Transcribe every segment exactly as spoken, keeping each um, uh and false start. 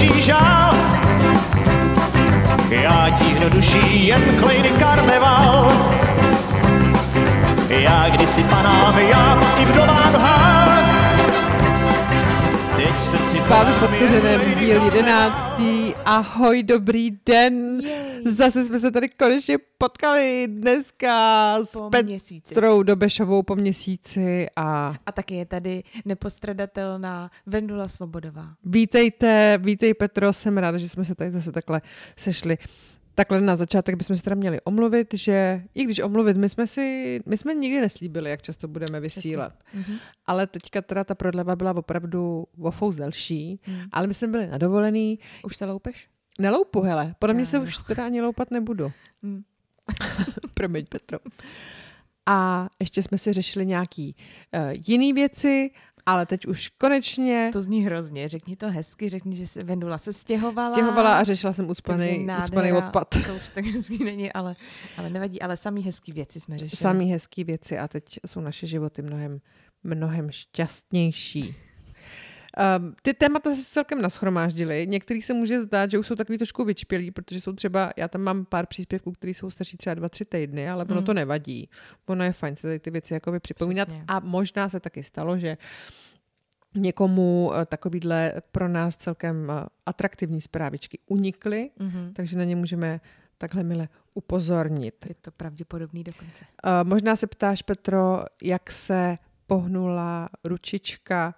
duší žál. Já tíhnu duší jen klejny karneval. Já kdysi panám, já pak i vdovám hák. Teď srdci Máme podpořeném díl jedenáctý. Ahoj, dobrý den. Jej. Zase jsme se tady konečně potkali dneska s Po Petrou Dobešovou po měsíci a... A taky je tady nepostradatelná Vendula Svobodová. Vítejte, vítej Petro, jsem ráda, že jsme se tady zase takhle sešli. Takhle na začátek bychom se teda měli omluvit, že i když omluvit, my jsme si, my jsme nikdy neslíbili, jak často budeme vysílat. Mhm. Ale teďka teda ta prodleva byla opravdu o fous delší, Mhm. ale my jsme byli na dovolený. Už se loupeš? Neloupu, hele, podle mě Já se jo. už teda ani loupat nebudu. Mhm. Promiň, Petro. A ještě jsme si řešili nějaký uh, jiný věci, ale teď už konečně To zní hrozně. Řekni to hezky, řekni, že se Vendula se stěhovala. stěhovala a řešila jsem Takže ucpaný, nádhera, ucpaný odpad. To už tak hezký není, ale, ale nevadí. Ale samý hezký věci jsme řešili. Samý hezký věci a teď jsou naše životy mnohem, mnohem šťastnější. Um, ty témata se celkem nashromáždily. Některých se může zdát, že už jsou takový trošku vyčpělí, protože jsou třeba, já tam mám pár příspěvků, které jsou starší třeba dva, tři týdny, ale ono Mm. to nevadí. Ono je fajn se tady ty věci jakoby připomínat. Přesně. A možná se taky stalo, že někomu eh, takovýhle pro nás celkem eh, atraktivní zprávičky unikly, Mhm. takže na ně můžeme takhle mile upozornit. Je to pravděpodobný dokonce. Uh, možná se ptáš, Petro, jak se pohnula ručička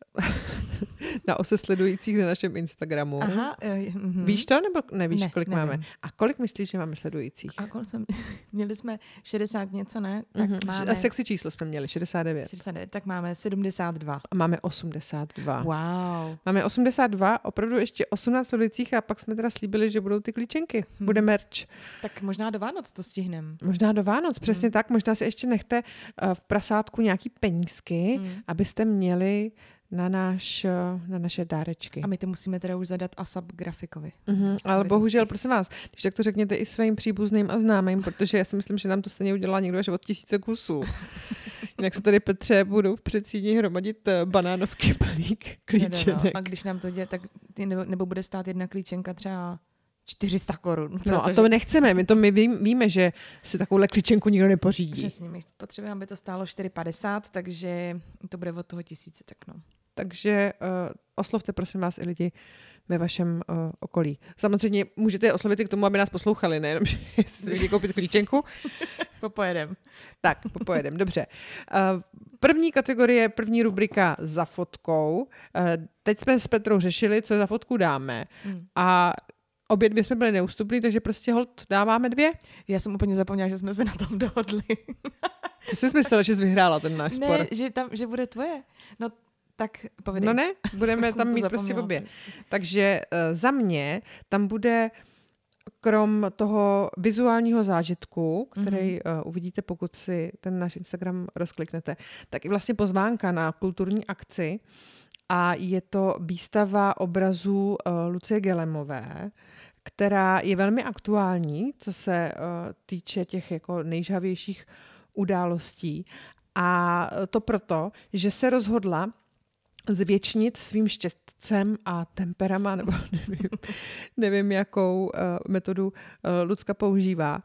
na ose sledujících na našem Instagramu. Aha. Uh, mhm. Víš to, nebo nevíš, Ne, kolik nevím. máme? A kolik myslíš, že máme sledujících? A kolik jsme, měli jsme šedesát něco, ne? Tak Mhm. máme A sexy číslo jsme měli, šedesát devět. šedesát devět, tak máme sedmdesát dva. A máme osmdesát dva. Wow. Máme osmdesát dva, opravdu ještě osmnáct sledujících a pak jsme teda slíbili, že budou ty klíčenky. Hmm. Bude merch. Tak možná do Vánoc to stihneme. Možná do Vánoc, přesně Hmm. tak. Možná si ještě nechte uh, v prasátku nějaký penízky, Hmm. abyste měli na, náš, uh, na naše dárečky. A my to musíme teda už zadat ASAP grafikovi. Mhm, ale Aby to bohužel, stihl. prosím vás, když tak to řekněte i svým příbuzným a známým, protože já si myslím, že nám to stejně udělá někdo až od tisíce kusů. Jinak se tady, Petře, budou v předsíni hromadit eh, banánovky plný Jede, no. klíčenek. A když nám to děje, tak ty nebo, nebo bude stát jedna klíčenka třeba čtyři sta korun. No a protože- to nechceme, my to my ví, víme, že si takovouhle klíčenku nikdo nepořídí. Přesně, my potřebujeme, aby to stálo čtyři padesát, takže to bude od toho tisíce, tak no. Takže uh, oslovte, prosím vás, i lidi ve vašem uh, okolí. Samozřejmě můžete je oslovit i k tomu, aby nás poslouchali, nejenom, že si lidi koupit klíčenku. Popojedem. Tak, pojedem, dobře. Uh, První kategorie, první rubrika za fotkou. Uh, Teď jsme s Petrou řešili, co za fotku dáme. Hmm. A obě dvě jsme byli neústupní, takže prostě hold dáváme dvě. Já jsem úplně zapomněla, že jsme se na tom dohodli. Co jsi myslela, že jsi vyhrála ten náš spor? Ne, že, tam, že bude tvoje. No tak povedej. No ne, budeme Já jsem tam to mít prostě zapomněla. obě. Takže uh, za mě tam bude krom toho vizuálního zážitku, který mm-hmm. uh, uvidíte, pokud si ten náš Instagram rozkliknete, tak i vlastně pozvánka na kulturní akci a je to výstava obrazů uh, Lucie Gelemové, která je velmi aktuální, co se uh, týče těch jako nejžhavějších událostí. A to proto, že se rozhodla zvětšnit svým štětcem a temperama, nebo nevím, nevím jakou uh, metodu uh, Lucka používá,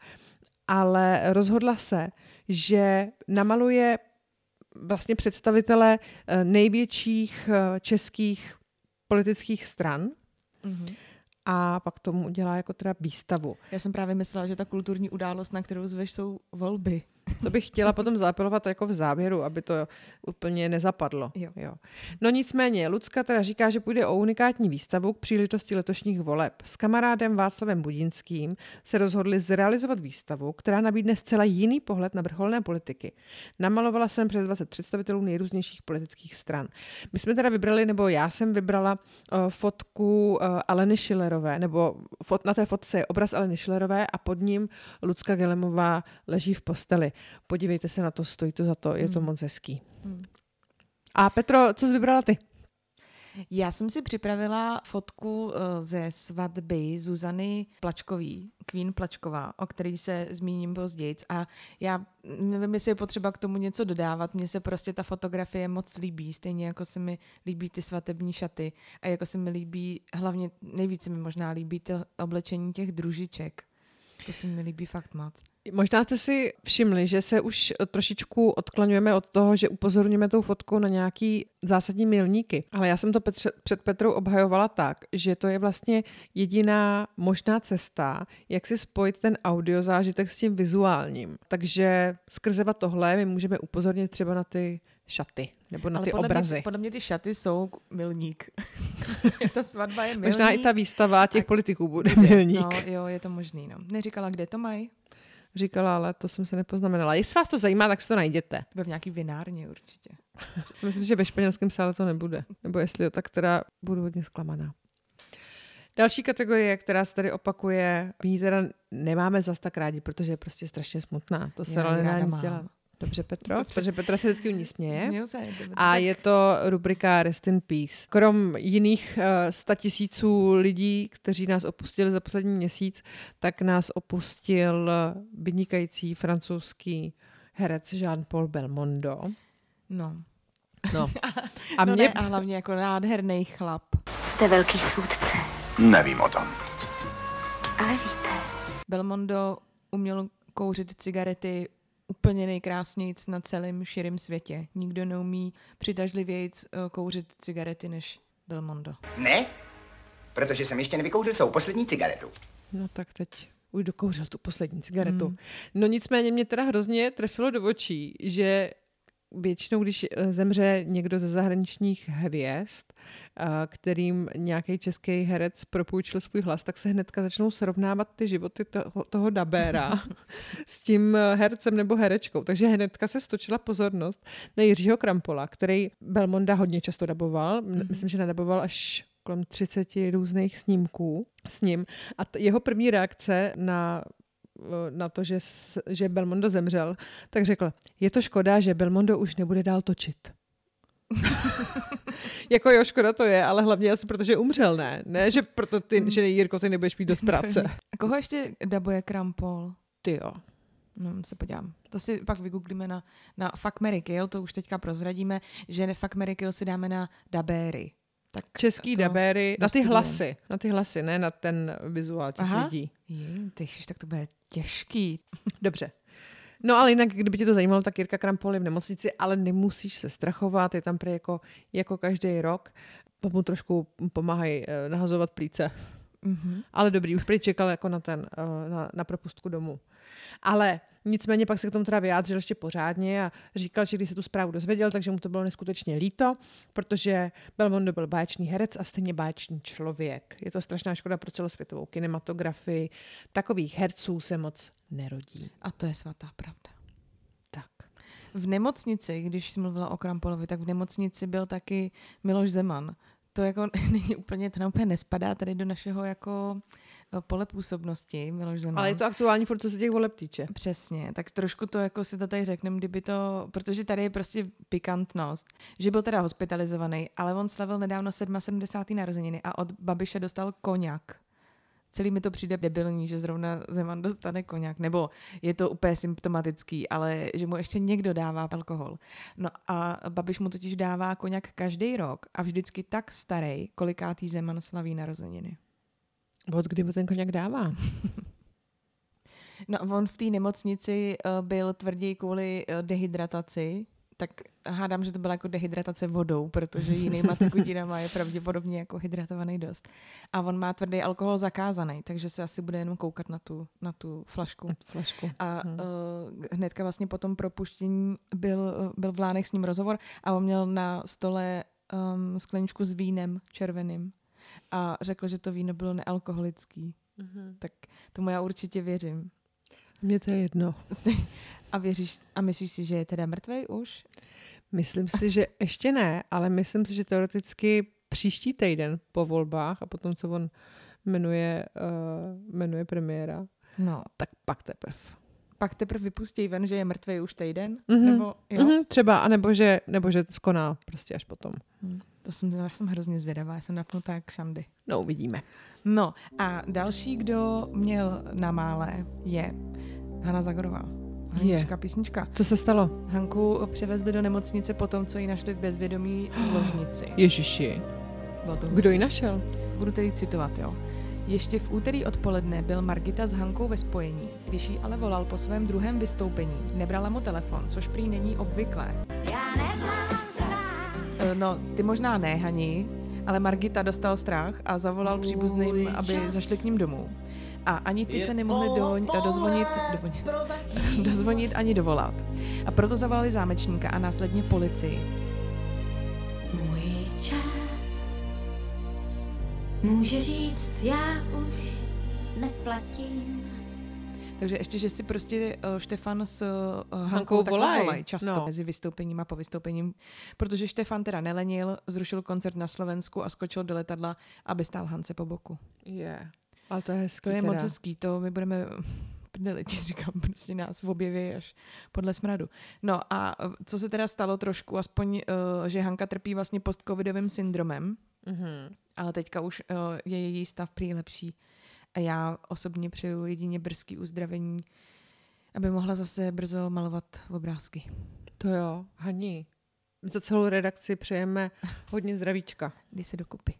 ale rozhodla se, že namaluje vlastně představitele uh, největších uh, českých politických stran Mhm. a pak tomu udělá jako teda výstavu. Já jsem právě myslela, že ta kulturní událost, na kterou zveš, jsou volby. To bych chtěla potom zaapelovat jako v závěru, aby to úplně nezapadlo. Jo. Jo. No nicméně, Lucka teda říká, že půjde o unikátní výstavu k příležitosti letošních voleb. S kamarádem Václavem Budinským se rozhodli zrealizovat výstavu, která nabídne zcela jiný pohled na vrcholné politiky. Namalovala jsem přes dvacet představitelů nejrůznějších politických stran. My jsme teda vybrali, nebo já jsem vybrala uh, fotku uh, Aleny Schillerové, nebo fot, na té fotce je obraz Aleny Schillerové a pod ním Lucka Gelemová leží v posteli. Podívejte se na to, stojí to za to, je to Hmm. moc hezký. Hmm. A Petro, co jsi vybrala ty? Já jsem si připravila fotku ze svatby Zuzany Plačkový, Queen Plačková, o který se zmíním později. A já nevím, jestli je potřeba k tomu něco dodávat. Mně se prostě ta fotografie moc líbí, stejně jako se mi líbí ty svatební šaty a jako se mi líbí, hlavně nejvíce mi možná líbí to oblečení těch družiček. To se mi líbí fakt moc. Možná jste si všimli, že se už trošičku odklaňujeme od toho, že upozorňujeme tou fotkou na nějaký zásadní milníky. Ale já jsem to Petře, před Petrou obhajovala tak, že to je vlastně jediná možná cesta, jak si spojit ten audio zážitek s tím vizuálním. Takže skrze tohle my můžeme upozornit třeba na ty šaty nebo na Ale ty podle obrazy. Mě, podle mě ty šaty jsou milník. Ta svatba je milník. Možná i ta výstava těch a politiků bude milník. No jo, je to možný. No. Neříkala, kde to mají? Říkala, ale to jsem se nepoznamenala. Jestli vás to zajímá, tak si to najděte. Bude v nějaký vinárně určitě. Myslím, že ve španělském sále to nebude. Nebo jestli jo, tak teda budu hodně zklamaná. Další kategorie, která se tady opakuje, my ji teda nemáme zas tak rádi, protože je prostě strašně smutná. To se ale nedá nic dělat. Dobře, Petro, Dobře. Protože Petra se vždycky u ní směje. Se, a je to rubrika Rest in Peace. Krom jiných uh, statisíců lidí, kteří nás opustili za poslední měsíc, tak nás opustil vynikající francouzský herec Jean-Paul Belmondo. No. No. A, no mě... ne, a hlavně jako nádherný chlap. Jste velký svůdce. Nevím o tom. Ale víte. Belmondo uměl kouřit cigarety úplně nejkrásnějc na celém širém světě. Nikdo neumí přitažlivějc kouřit cigarety než Belmondo. Ne, protože jsem ještě nevykouřil svou poslední cigaretu. No tak teď už dokouřil tu poslední cigaretu. Mm. No nicméně mě teda hrozně trefilo do očí, že většinou, když zemře někdo ze zahraničních hvězd, kterým nějaký český herec propůjčil svůj hlas, tak se hnedka začnou srovnávat ty životy toho, toho dabéra s tím hercem nebo herečkou. Takže hnedka se stočila pozornost na Jiřího Krampola, který Belmonda hodně často daboval. Mm-hmm. Myslím, že nadaboval až kolem třiceti různých snímků s ním. A t- jeho první reakce na na to, že, že Belmondo zemřel, tak řekl, je to škoda, že Belmondo už nebude dál točit. Jako jo, škoda to je, ale hlavně asi protože umřel, ne? Ne, že proto ty, že Jirko, ty nebudeš mít dost práce. A koho ještě dabuje Krampol? Ty jo. No, se podívám. To si pak vygooglíme na, na Fuck, Marry, Kill, to už teďka prozradíme, že Fuck, Marry, Kill si dáme na dabéry. Tak český dabéry, na ty hlasy, na ty hlasy, ne na ten vizuál těch Aha. lidí. Je, tyž, tak to bude těžký. Dobře. No ale jinak, kdyby tě to zajímalo, tak Jirka Krampol je v nemocnici, ale nemusíš se strachovat, je tam prý jako, jako každý rok. Mu trošku pomáhají eh, nahazovat plíce. Mm-hmm. Ale dobrý, už prý čekal jako na ten, eh, na, na propustku domů. Ale nicméně pak se k tomu teda vyjádřil ještě pořádně a říkal, že když se tu zprávu dozvěděl, takže mu to bylo neskutečně líto, protože Belmondo byl báječný herec a stejně báječný člověk. Je to strašná škoda pro celosvětovou kinematografii. Takových herců se moc nerodí. A to je svatá pravda. Tak. V nemocnici, když jsi mluvila o Krampolovi, tak v nemocnici byl taky Miloš Zeman. To jako není úplně, to úplně nespadá tady do našeho jako pole působnosti, Miloš Zeman. Ale je to aktuální furt, co se těch voleb týče. Přesně, tak trošku to jako si to tady řekneme, kdyby to, protože tady je prostě pikantnost, že byl teda hospitalizovaný, ale on slavil nedávno sedmdesátého narozeniny a od Babiše dostal koňak. Celý mi to přijde debilní, že zrovna Zeman dostane koňak, nebo je to úplně symptomatický, ale že mu ještě někdo dává alkohol. No a Babiš mu totiž dává koňak každý rok a vždycky tak starý, kolikátý Zeman slaví narozeniny. Od kdy mu ten koňak dává? No on v té nemocnici byl tvrdý kvůli dehydrataci, tak hádám, že to byla jako dehydratace vodou, protože jinýma tekutinama je pravděpodobně jako hydratovaný dost. A on má tvrdý alkohol zakázaný, takže se asi bude jenom koukat na tu, na tu flašku. flašku. A hmm. uh, hnedka vlastně po tom propuštění byl, byl v Lánech s ním rozhovor a on měl na stole um, skleničku s vínem červeným a řekl, že to víno bylo nealkoholický. Hmm. Tak tomu já určitě věřím. Mně to je jedno. A věříš, a myslíš si, že je teda mrtvej už? Myslím si, že ještě ne, ale myslím si, že teoreticky příští týden po volbách a potom, co on jmenuje, uh, jmenuje premiéra, no. tak pak teprv. pak teprve vypustí ven, že je mrtvý už týden? Mm-hmm. Nebo, jo? Mm-hmm, třeba, anebo že, nebo že skoná prostě až potom. Hmm, to jsem, já jsem hrozně zvědavá, já jsem napnutá jak šandy. No, uvidíme. No a další, kdo měl na mále, je Hana Zagorová. Hanička, písnička. Co se stalo? Hanku přivezli do nemocnice po tom, co ji našli v bezvědomí v ložnici. Ježiši. Bylo to Kdo ji našel? Budu tedy citovat, jo. Ještě v úterý odpoledne byl Margita s Hankou ve spojení. Když jí ale volal po svém druhém vystoupení, nebrala mu telefon, což prý není obvyklé. No, ty možná ne, Hani, ale Margita dostal strach a zavolal příbuzným, aby zašli k ním domů. A ani ty se nemohli do, dozvonit, dovonit, dozvonit ani dovolat. A proto zavolali zámečníka a následně policii. Můj čas může říct, já už neplatím. Takže ještě, že si prostě uh, Štefan s uh, Hankou, Hankou volaj. volaj často No. mezi vystoupením a po vystoupením, protože Štefan teda nelenil, zrušil koncert na Slovensku a skočil do letadla, aby stál Hance po boku. Je. Yeah. Ale to je hezký To je teda. moc hezký, to my budeme prdeli, ti říkám, prostě nás v objeví až podle smradu. No a co se teda stalo trošku, aspoň, uh, že Hanka trpí vlastně post-covidovým syndromem, Mm-hmm. ale teďka už uh, je její stav prý lepší. A já osobně přeju jedině brzký uzdravení, aby mohla zase brzo malovat obrázky. To jo, Hani. My za celou redakci přejeme hodně zdravíčka. Dej se dokupy.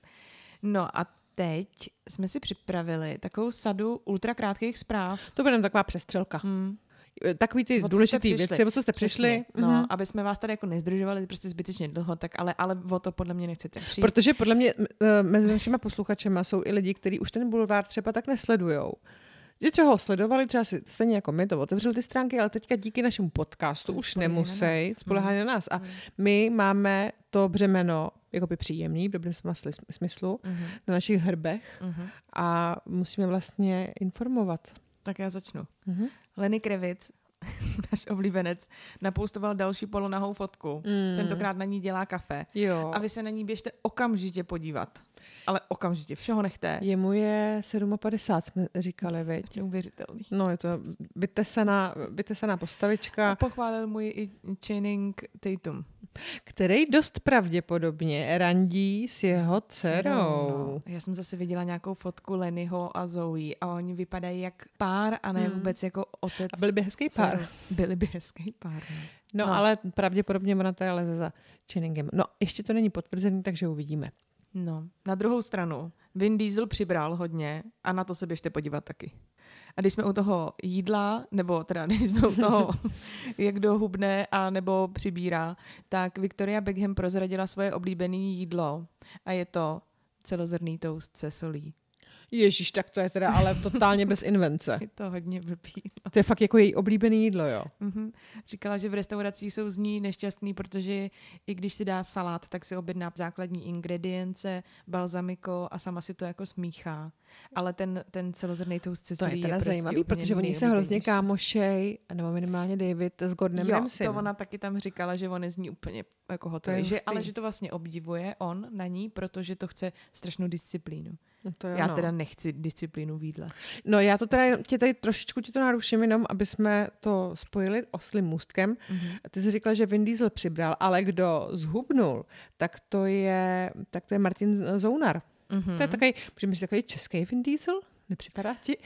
No a teď jsme si připravili takovou sadu ultrakrátkých zpráv. To bude taková přestřelka. Hmm. Takový ty O co důležitý jste přišli? věci, o co jste přišli. Přesně. No, Mhm. aby jsme vás tady jako nezdržovali prostě zbytečně dlouho, tak ale, ale o to podle mě nechcete přijít. Protože podle mě m- e, mezi našimi posluchačema jsou i lidi, kteří už ten bulvár třeba tak nesledujou. Že třeba ho sledovali, třeba si stejně jako my to otevřeli ty stránky, ale teďka díky našemu podcastu už Spoléhají na nemusí nás. spoléhat na nás. A my máme to břemeno jakoby příjemný, v dobrém slova sli- smyslu, Mhm. na našich hrbech Mhm. a musíme vlastně informovat. Tak já začnu. Mhm. Lenny Kravitz, náš oblíbenec, napoustoval další polonahou fotku. Mm. Tentokrát na ní dělá kafe. Jo. A vy se na ní běžte okamžitě podívat. Ale okamžitě, všeho nechte. Jemu je padesát sedm, jsme říkali, veď. Neuvěřitelný. No, je to vytesaná, vytesaná postavička, A pochválil můj i Channing Tatum. který dost pravděpodobně randí s jeho dcerou. No. Já jsem zase viděla nějakou fotku Lennyho a Zoe a oni vypadají jak pár a ne Hmm. vůbec jako otec. A byli by hezký s dcerou. pár. Byli by hezký pár. No. No, No. ale pravděpodobně ona teda leze za Channingem. No, ještě to není potvrzený, takže uvidíme. No, na druhou stranu, Vin Diesel přibral hodně a na to se běžte podívat taky. A když jsme u toho jídla, nebo teda když jsme u toho, jak kdo hubne a nebo přibírá, tak Victoria Beckham prozradila svoje oblíbené jídlo a je to celozrnný toast se solí. Ježíš, tak to je teda ale totálně bez invence. Je to hodně blbý. No. To je fakt jako její oblíbené jídlo, jo. Mhm. Říkala, že v restauracích jsou z ní nešťastný, protože i když si dá salát, tak si objedná základní ingredience, balzamiko a sama si to jako smíchá. Ale ten, ten celozrnný toast se To je solí teda prostě zajímavý, úplně protože oni se hrozně nejoblíbenější. kámošej, nebo minimálně David s Gordonem Jo, Ramsaym. to ona taky tam říkala, že on je z ní úplně jako To hotový. je Že, hustý. ale že to vlastně obdivuje on na ní, protože to chce strašnou disciplínu. No to jo, Já no. teda nechci disciplínu v jídle. No já to teda jenom- tě tady trošičku ti to naruším jenom, aby jsme to spojili oslým můstkem. Mm-hmm. Ty jsi říkala, že Vin Diesel přibral, ale kdo zhubnul, tak to je, tak to je Martin Zounar. Mm-hmm. To je takový, můžeme říct, takový český Vin Diesel? Nepřipadá ti?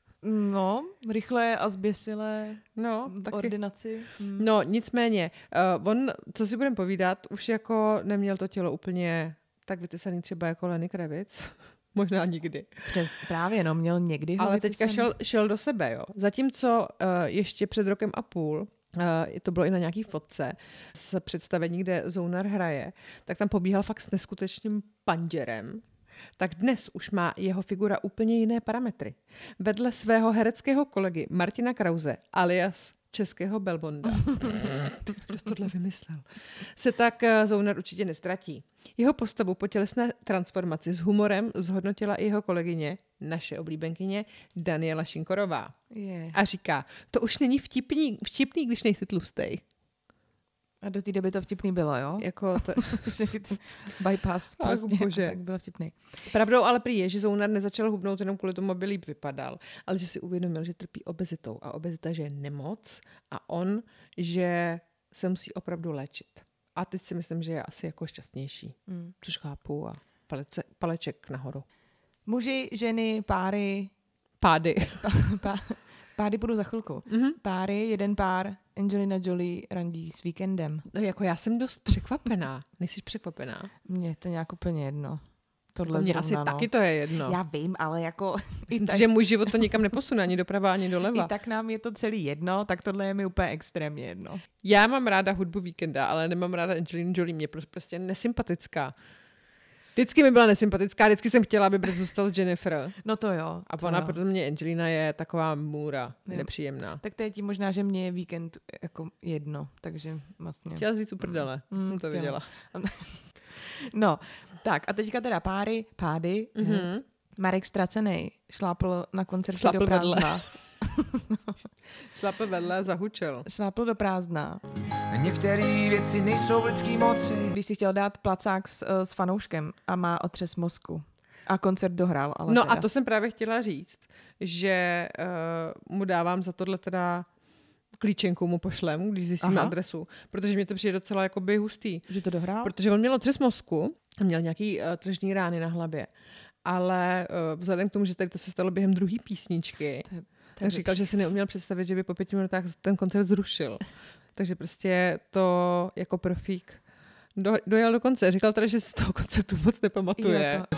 No, rychle a zběsile No, v taky. ordinaci. Mm. No, nicméně, uh, on, co si budeme povídat, už jako neměl to tělo úplně tak vytesaný třeba jako Lenny Kravitz. Možná nikdy. Přes, právě, no, měl někdy ho Ale teďka vytesaný. šel, šel do sebe, jo. Zatímco uh, ještě před rokem a půl, uh, to bylo i na nějaký fotce z představení, kde Zounar hraje, tak tam pobíhal fakt s neskutečným panděrem. Tak dnes už má jeho figura úplně jiné parametry. Vedle svého hereckého kolegy Martina Krause, alias českého Belbonda, kdo tohle vymyslel, se tak uh, Zounar určitě nestratí. Jeho postavu po tělesné transformaci s humorem zhodnotila i jeho kolegyně, naše oblíbenkyně Daniela Šinkorová. Je. A říká, to už není vtipný, vtipný když nejsi tlustej. A do té doby to vtipný bylo, jo? Jako to... Že ten bypass Ach, prostě, bože. tak byl vtipný. Pravdou ale prý je, že Zounar nezačal hubnout jenom kvůli tomu, aby líp vypadal, ale že si uvědomil, že trpí obezitou a obezita, že je nemoc a on, že se musí opravdu léčit. A teď si myslím, že je asi jako šťastnější, mm. což chápu a palece, paleček nahoru. Muži, ženy, páry... Pády. Pá, pá, pády budu za chvilku. Mm-hmm. Páry, jeden pár, Angelina Jolie randí s Weekendem. No, jako já jsem dost překvapená. Nejsi překvapená? Mně je to nějak úplně jedno. Tohle Mně zrovna, asi no. taky to je jedno. Já vím, ale jako... Myslím, tak, že můj život to nikam neposune, ani doprava, ani doleva. I tak nám je to celý jedno, tak tohle je mi úplně extrémně jedno. Já mám ráda hudbu Weekenda, ale nemám ráda Angelina Jolie, mě prostě nesympatická. Vždycky mi byla nesympatická, vždycky jsem chtěla, aby Brad zůstal s Jennifer. No to jo. A to ona, jo. pro mě Angelina je taková můra, Jo. nepříjemná. Tak to je tím možná, že mě je Víkend jako jedno, takže vlastně... Chtěla říct uprdele, Mm, jsem to chtěla. viděla. No, tak a teďka teda páry, pády. Mhm. Marek Ztracenej šlápl na koncertě Šlápl do prázdna. Šlape vedle, zahučel. Šlápl do prázdna. Některé věci nejsou v lidský moci. Když si chtěl dát placák s, eh, s fanouškem a má otřes mozku. A koncert dohrál, ale No teda. a to jsem právě chtěla říct, že uh, mu dávám za tohle teda klíčenku mu pošlem, když zjistíme Aha. adresu, protože mě to přijde docela jakoby hustý. Že to dohrál? Protože on měl otřes mozku a měl nějaký uh, tržní rány na hlavě. Ale uh, vzhledem k tomu, že tady to se stalo během druhé písničky, To je- to je tak říkal, že si neuměl představit, že by po pěti minutách ten koncert zrušil. Takže prostě to jako profík do, dojel do konce. Říkal teda, že si z toho koncertu moc nepamatuje. Jo, to-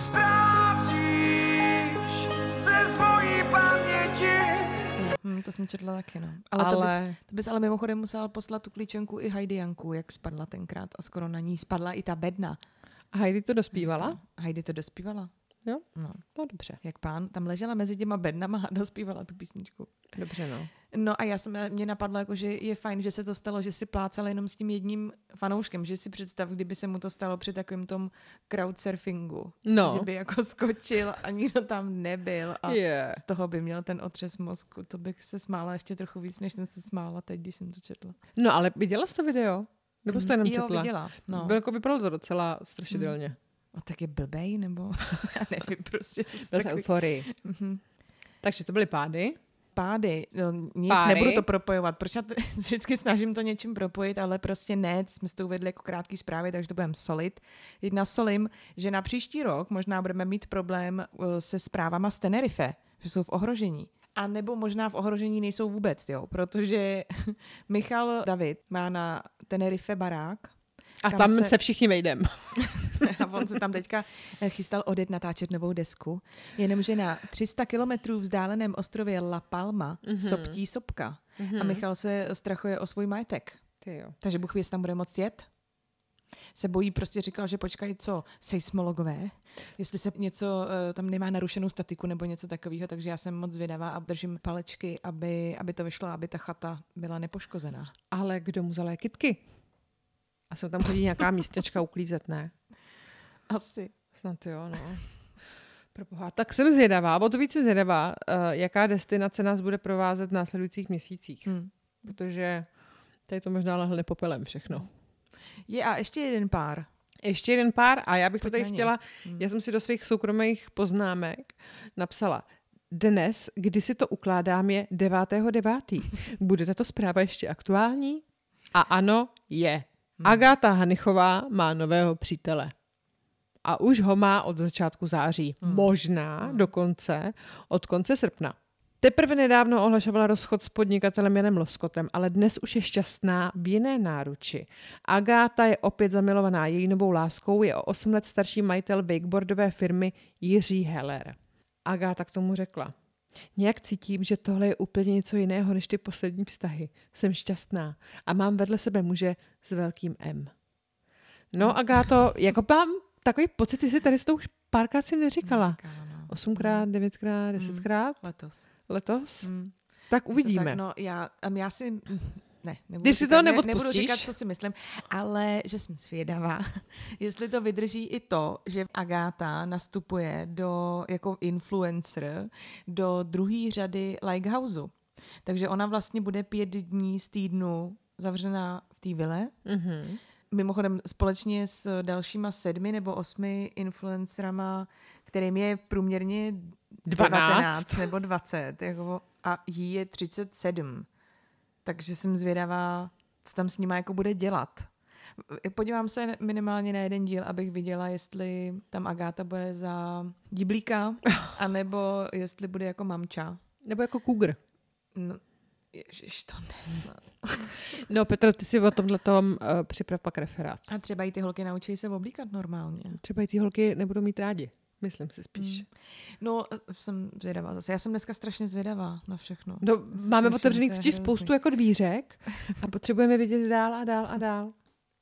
Ztrácíš se z mojí paměti. Hm, to jsem četla taky, no. Ale, Ale- To, bys, to bys ale mimochodem musel poslat tu klíčenku i Heidi Janku, jak spadla tenkrát a skoro na ní spadla i ta bedna. A Heidi to dospívala? Heidi to dospívala. Jo? No. No dobře. Jak pán, tam ležela mezi těma bednama a dospívala tu písničku. Dobře, no. No a já jsem, mě napadlo, jako, že je fajn, že se to stalo, že si plácal jenom s tím jedním fanouškem, že si představ, kdyby se mu to stalo při takovém tom crowdsurfingu. No. Že by jako skočil a nikdo tam nebyl a Je. z toho by měl ten otřes mozku. To bych se smála ještě trochu víc, než jsem se smála teď, když jsem to četla. No ale viděla jsi to video? Nebo jsi to jenom Jo, četla? viděla. No. Bylo, jako vypadalo to docela strašidelně. A tak je blbej, nebo? Já nevím, prostě to jsou Byl v takový euforii. Takže to byly pády. pády. No, nic, Páry. nebudu to propojovat. Proč já to, vždycky snažím to něčím propojit, ale prostě ne. Jsme to uvedli jako krátký zprávy, takže to budeme solit. Jedna solím, že na příští rok možná budeme mít problém uh, se zprávama z Tenerife, že jsou v ohrožení. A nebo možná v ohrožení nejsou vůbec, jo, protože Michal David má na Tenerife barák. A kam tam se- se všichni vejdem. A on se tam teďka chystal odjet natáčet novou desku, jenomže na tři sta kilometrů vzdáleném ostrově La Palma mm-hmm. soptí sopka. Mm-hmm. A Michal se strachuje o svůj majetek. Ty jo. Takže Bůh ví, jestli tam bude moc jet. Se bojí, prostě říkal, že počkají, co, seismologové, jestli se něco, eh, tam nemá narušenou statiku nebo něco takového, takže já jsem moc zvědavá a držím palečky, aby, aby to vyšlo, aby ta chata byla nepoškozená. Ale kdo mu zalé kytky? A se tam chodí nějaká místečka uklízet, ne? Asi. Snad jo, no. Proboha. Tak jsem zvědavá, o to více zvědavá, uh, jaká destinace nás bude provázet v následujících měsících. Hmm. Protože tady to možná lehne popelem všechno. Je a ještě jeden pár. Ještě jeden pár a já bych Pojď to tady na ně. chtěla, já jsem si do svých soukromých poznámek napsala, dnes, kdy si to ukládám, je devátého devátého Bude tato zpráva ještě aktuální? A ano, je. Agáta Hanichová má nového přítele. A už ho má od začátku září. Možná dokonce od konce srpna. Teprve nedávno ohlašovala rozchod s podnikatelem Janem Loskotem, ale dnes už je šťastná v jiné náruči. Agáta je opět zamilovaná, její novou láskou je o osm let starší majitel wakeboardové firmy Jiří Heller. Agáta k tomu řekla: nějak cítím, že tohle je úplně něco jiného než ty poslední vztahy. Jsem šťastná a mám vedle sebe muže s velkým M. No, Agáto, jako mám takový pocit, ty jsi tady s tou už párkrát si neříkala. Neříkala, no. Osmkrát, devětkrát, desetkrát Letos. letos? Hmm. Tak To uvidíme. Tak, no, já, um, já si... Ne, nebudu Ty si říkat, to ne, neodpustíš? nebudu říkat, co si myslím, ale že jsem zvědavá, jestli to vydrží i to, že Agáta nastupuje do, jako influencer do druhé řady Likehouseu. Takže ona vlastně bude pět dní z týdnu zavřená v té vile. Mm-hmm. Mimochodem společně s dalšíma sedmi nebo osmi influencerama, kterým je průměrně devatenáct nebo dvacet jako, a jí je třicet sedm. Takže jsem zvědavá, co tam s nima jako bude dělat. Podívám se minimálně na jeden díl, abych viděla, jestli tam Agáta bude za diblíka, anebo jestli bude jako mamča. Nebo jako kůgr. No, ježiš, to neznám. No Petro, ty si o tomhletom uh, připrav pak referát. A třeba i ty holky naučí se oblíkat normálně. Třeba i ty holky nebudou mít rádi. Myslím si spíš. Hmm. No, jsem zvědavá zase. Já jsem dneska strašně zvědavá na všechno. No, máme otevřených totiž spoustu jako dvířek a potřebujeme vidět dál a dál a dál.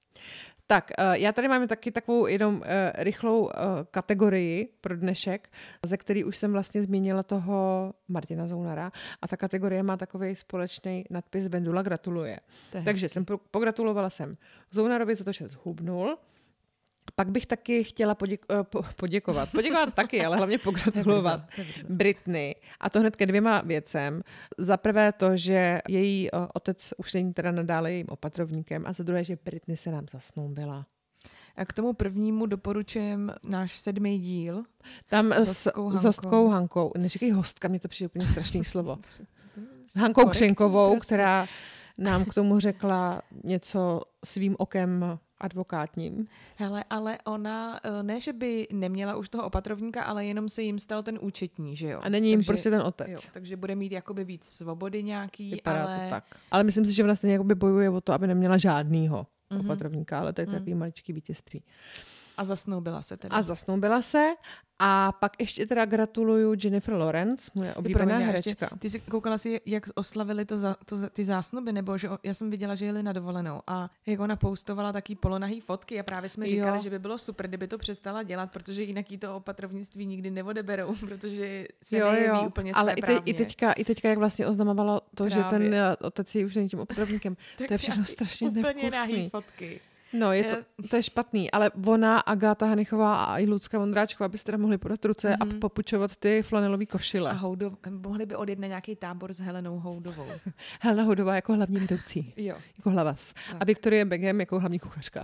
Tak, uh, já tady mám taky takovou jenom uh, rychlou uh, kategorii pro dnešek, ze který už jsem vlastně zmínila toho Martina Zounara a ta kategorie má takový společný nadpis Vendula gratuluje. Takže jsem pro, pogratulovala jsem Zounarovi za to, že zhubnul. Pak bych taky chtěla poděk- po- poděkovat. Poděkovat taky, ale hlavně pogratulovat Britney. A to hned ke dvěma věcem. Za prvé to, že její o, otec už není teda nadále jejím opatrovníkem a za druhé, že Britney se nám zasnoubila. A k tomu prvnímu doporučujem náš sedmý díl. Tam s, s hostkou s hostkou Hankou. Neříkej hostka, mně to přijde úplně strašný slovo. S Hankou Křenkovou, prostě. Která nám k tomu řekla něco svým okem advokátním. Hele, ale ona, ne, že by neměla už toho opatrovníka, ale jenom se jim stal ten účetní, že jo? A není jim takže, prostě ten otec. Jo, takže bude mít jakoby víc svobody nějaký, Vypadá ale... to tak. Ale myslím si, že ona stejně jakoby bojuje o to, aby neměla žádnýho mm-hmm. opatrovníka, ale to je mm. takový maličký vítězství. A zasnoubila se teda. A zasnoubila se a pak ještě teda gratuluju Jennifer Lawrence, moje oblíbená herečka. Ještě, ty jsi koukala si, jak oslavili to za, to, ty zásnuby, nebo že já jsem viděla, že jeli na dovolenou a jak ona postovala taky polonahý fotky a právě jsme říkali, jo. že by bylo super, kdyby to přestala dělat, protože jinak jí to opatrovnictví nikdy neodeberou, protože se jo, nejeví jo. úplně ale svéprávně. Ale i, te, i, teďka, i teďka, jak vlastně oznamovalo to, právě. Že ten otec je už není tím opatrovníkem, to je všechno strašně nevkusný. Úplně nahý fotky. No, je to, to je špatný, ale ona, Agáta Hanichová a i Lucka Vondráčková byste teda mohli podat ruce mm-hmm. a popučovat ty flanelový košile. A Houdov, mohli by odjet na nějaký tábor s Helenou Houdovou. Helena Houdová jako hlavní vedoucí. Jo. Jako hlavas. Tak. A Victoria Beckham jako hlavní kuchařka.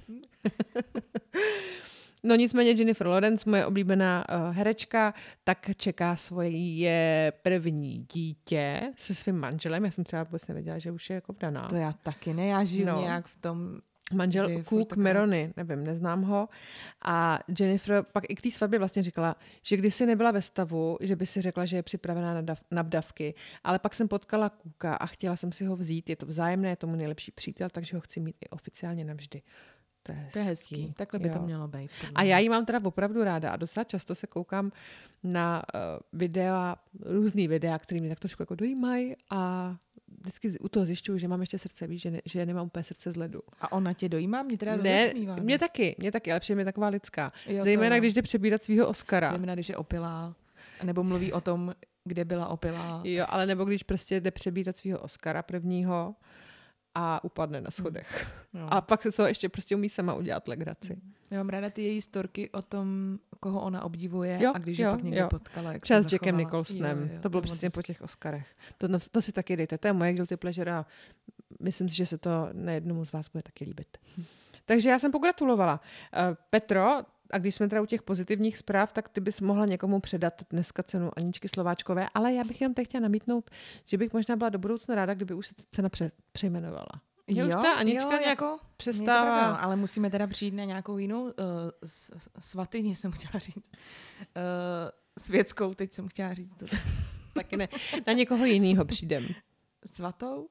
No nicméně Jennifer Lawrence, moje oblíbená uh, herečka, tak čeká svoje první dítě se svým manželem. Já jsem třeba vůbec nevěděla, že už je jako vdaná. To já taky ne, já žiju no. nějak v tom... Manžel Cook Merony, nevím, neznám ho. A Jennifer pak i k té svatbě vlastně říkala, že kdysi nebyla ve stavu, že by si řekla, že je připravená na, dav, na vdavky, ale pak jsem potkala Cooka a chtěla jsem si ho vzít. Je to vzájemné, je tomu nejlepší přítel, takže ho chci mít i oficiálně navždy. To je hezký. To je hezký. Takhle by jo. to mělo být. A já ji mám teda opravdu ráda a docela často se koukám na uh, videa, různý videa, které mě tak trošku jako dojímají a vždycky u toho zjišťuju, že mám ještě srdce, víš, že, ne, že nemám úplně srdce z ledu. A ona tě dojímá? Mě teda ne, rozesmívá. Mě taky, mě taky, ale přijde mi taková lidská. Jo, Zejména, když jde přebírat svýho Oscara. Zejména, když je opilá, nebo mluví o tom, kde byla opilá. Jo, ale nebo když prostě jde přebírat svýho Oscara prvního a upadne na schodech. Hmm. A pak se to ještě prostě umí sama udělat legraci. Já mám ráda ty její storky o tom, koho ona obdivuje jo, a když jo, je pak někde jo. potkala, jak třeba se s Jackem zachovala. Nicholsonem. Jo, jo, to bylo to přesně vždycky. po těch Oscarech. To, to si taky dejte. To je moje guilty pleasure a myslím si, že se to nejednomu z vás bude taky líbit. Hm. Takže já jsem pogratulovala. Uh, Petro, a když jsme teda u těch pozitivních zpráv, tak ty bys mohla někomu předat dneska cenu Aničky Slováčkové, ale já bych jenom teď chtěla namítnout, že bych možná byla do budoucna ráda, kdyby už se ta cena pře- přejmenovala. Jo, už ta Anička jo, nějak jako, přestává. pravda, no, ale musíme teda přijít na nějakou jinou uh, svatyni, jsem chtěla říct. Uh, světskou, teď jsem chtěla říct. Taky ne. Na někoho jiného přijdem. Svatou?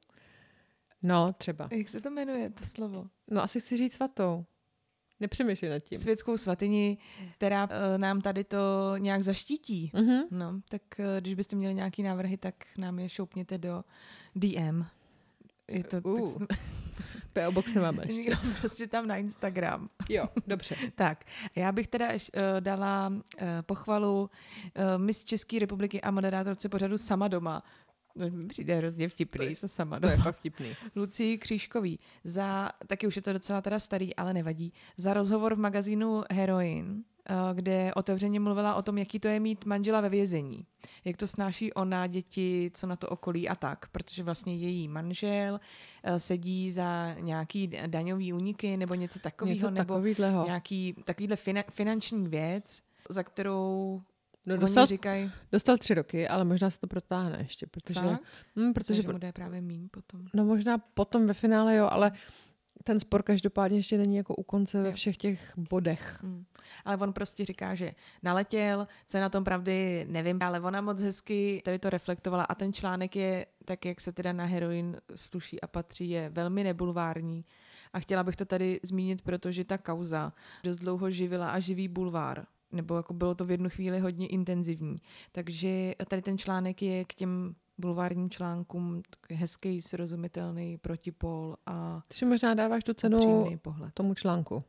No, třeba. Jak se to jmenuje, to slovo? No, asi chci říct svatou. Nepřemýšlej nad tím. Světskou svatyni, která uh, nám tady to nějak zaštítí. Mm-hmm. No, tak uh, když byste měli nějaký návrhy, tak nám je šoupněte do D M. Je to, uh, tak jsem... P O Box nemáme ještě. Prostě tam na Instagram. Jo, dobře. Tak, já bych teda uh, dala uh, pochvalu uh, Miss České republiky a moderátorce pořadu Sama doma. Přijde hrozně vtipný, to sama To je fakt vtipný. Lucii Křížkový za, taky už je to docela teda starý, ale nevadí, za rozhovor v magazínu Heroin, kde otevřeně mluvila o tom, jaký to je mít manžela ve vězení. Jak to snáší ona, děti, co na to okolí a tak. Protože vlastně její manžel sedí za nějaký daňový úniky nebo něco takového, nebo takovýhleho. nějaký takovýhle fina, finanční věc, za kterou no, oni dostal, říkají... Dostal tři roky, ale možná se to protáhne ještě, protože... Hm, protože Myslím, že mu jde právě míň potom. No možná potom ve finále, jo, ale ten spor každopádně ještě není jako u konce ve všech těch bodech. Hmm. Ale on prostě říká, že naletěl, co je na tom pravdy, nevím, ale ona moc hezky tady to reflektovala a ten článek je, tak jak se teda na heroin sluší a patří, je velmi nebulvární. A chtěla bych to tady zmínit, protože ta kauza dost dlouho živila a živí bulvár. Nebo jako bylo to v jednu chvíli hodně intenzivní. Takže tady ten článek je k těm bulvárním článkům hezký, srozumitelný protipol a Takže možná dáváš tu cenu pohled. tomu článku.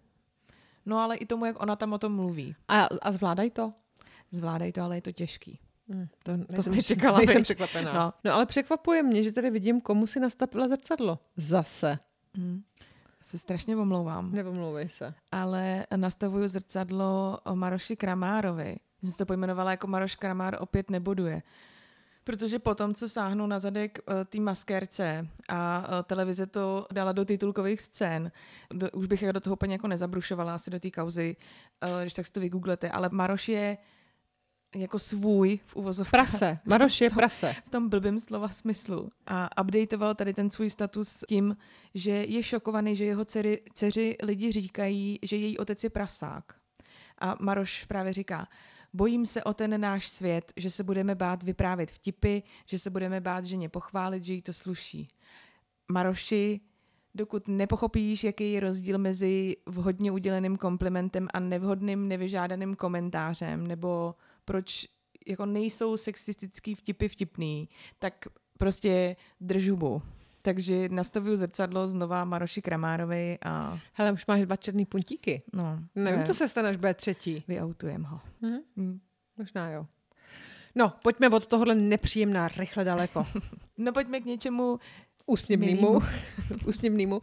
No ale i tomu, jak ona tam o tom mluví. A, a zvládají to? Zvládají to, ale je to těžký. Hmm, to to jsi čekala. Nejsem překvapená. No. no ale překvapuje mě, že tady vidím, komu si nastavila zrcadlo. Zase. Hmm. Se strašně omlouvám. Nepomlouvej se. Ale nastavuju zrcadlo Maroši Kramárovi. Jsem si to pojmenovala jako Maroš Kramár opět neboduje. Protože potom, co sáhnou na zadek uh, té maskérce a uh, televize to dala do titulkových scén, do, už bych do toho úplně jako nezabrušovala asi do té kauzy, uh, když tak si to vygooglete, ale Maroš je jako svůj v uvozovkách. Prase. Maroš je prase. V tom blbým slova smyslu. A updateoval tady ten svůj status tím, že je šokovaný, že jeho dcery, dceři lidi říkají, že její otec je prasák. A Maroš právě říká, bojím se o ten náš svět, že se budeme bát vyprávět vtipy, že se budeme bát ženě pochválit, že jí to sluší. Maroši, dokud nepochopíš, jaký je rozdíl mezi vhodně uděleným komplimentem a nevhodným, nevyžádaným komentářem, nebo proč jako nejsou sexistický vtipy vtipný, tak prostě drž hubu. Takže nastavuju zrcadlo znova Maroši Kramárovi a... Hele, už máš dva černý puntíky. No, Nevím, ne. co se stane, až bude třetí. Vyautujem ho. Hm? Hm. Možná jo. No, pojďme od tohohle nepříjemná rychle daleko. No pojďme k něčemu úsměvnému, úsměvnému,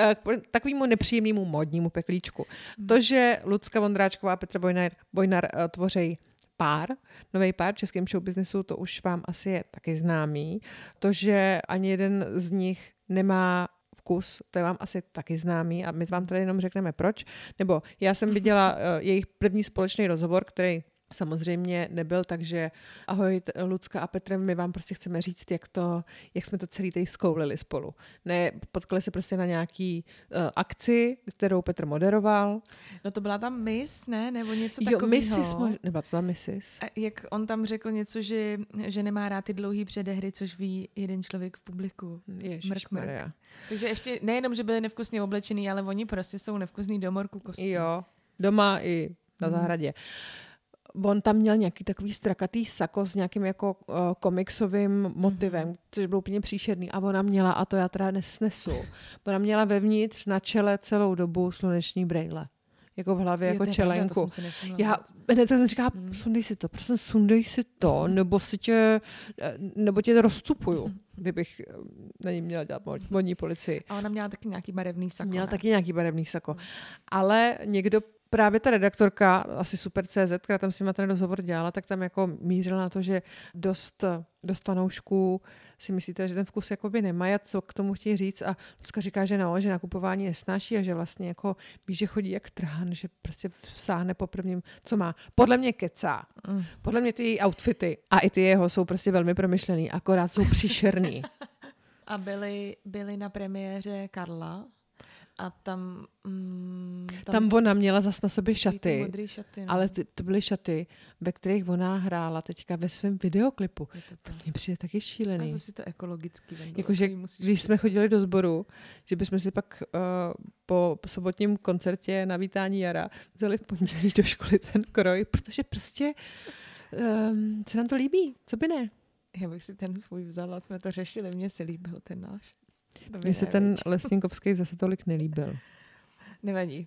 k takovému nepříjemnému modnímu peklíčku. Hmm. To, že Lucka Vondráčková a Petr Bojnar, Bojnar tvoří pár, nový pár v českém showbiznesu, to už vám asi je taky známý. To, že ani jeden z nich nemá vkus, to je vám asi taky známý a my vám tady jenom řekneme proč. Nebo já jsem viděla jejich první společný rozhovor, který samozřejmě nebyl, takže ahoj Lucka a Petr, my vám prostě chceme říct, jak to, jak jsme to celý tady zkoulili spolu. Ne, potkali se prostě na nějaký uh, akci, kterou Petr moderoval. No to byla tam Miss, ne? Nebo něco jo, takového. Missis, nebyla to tam Missis. A jak on tam řekl něco, že, že nemá rád ty dlouhý předehry, což ví jeden člověk v publiku. Ježišmarja. Takže ještě nejenom, že byli nevkusně oblečený, ale oni prostě jsou nevkusný do morku kostí. Jo, doma i na hmm. zahradě. On tam měl nějaký takový strakatý sako s nějakým jako uh, komiksovým motivem, mm-hmm. což bylo úplně příšerný. A ona měla, a to já teda nesnesu, ona měla vevnitř na čele celou dobu sluneční brejle. Jako v hlavě, jo, jako čelenku. Já hned jsem říkala, hmm. sundej si to, prosím, sundej si to, nebo si tě, nebo tě rozcupuju, kdybych na ní měla dělat modní policii. A ona měla taky nějaký barevný sako. Měla ne? taky nějaký barevný sako. Hmm. Ale někdo, právě ta redaktorka, asi Super tečka cé zet, která tam s nima ten rozhovor dělala, tak tam jako mířila na to, že dost, dost fanoušků si myslíte, že ten vkus jakoby nemají a co k tomu chtějí říct a Lucka říká, že no, že nakupování nesnáší a že vlastně jako ví, že chodí jak trhan, že prostě vsáhne po prvním, co má. Podle mě kecá. Mm. Podle mě ty její outfity a i ty jeho jsou prostě velmi promyšlený, akorát jsou příšerný. A byli, byli na premiéře Karla a tam... Mm, tam, tam ona měla zas na sobě šaty, modrý šaty no. ale ty, to byly šaty, ve kterých ona hrála teďka ve svém videoklipu. To, to mně přijde taky šílený. A zase to ekologický. Jakože když jsme chodili do sboru, že bychom si pak uh, po sobotním koncertě na vítání jara vzali v pondělí do školy ten kroj, protože prostě um, se nám to líbí. Co by ne? Já bych si ten svůj vzala, jsme to řešili, mně se líbil ten náš. Mně se ten Lesníkovský zase tolik nelíbil. Nevadí.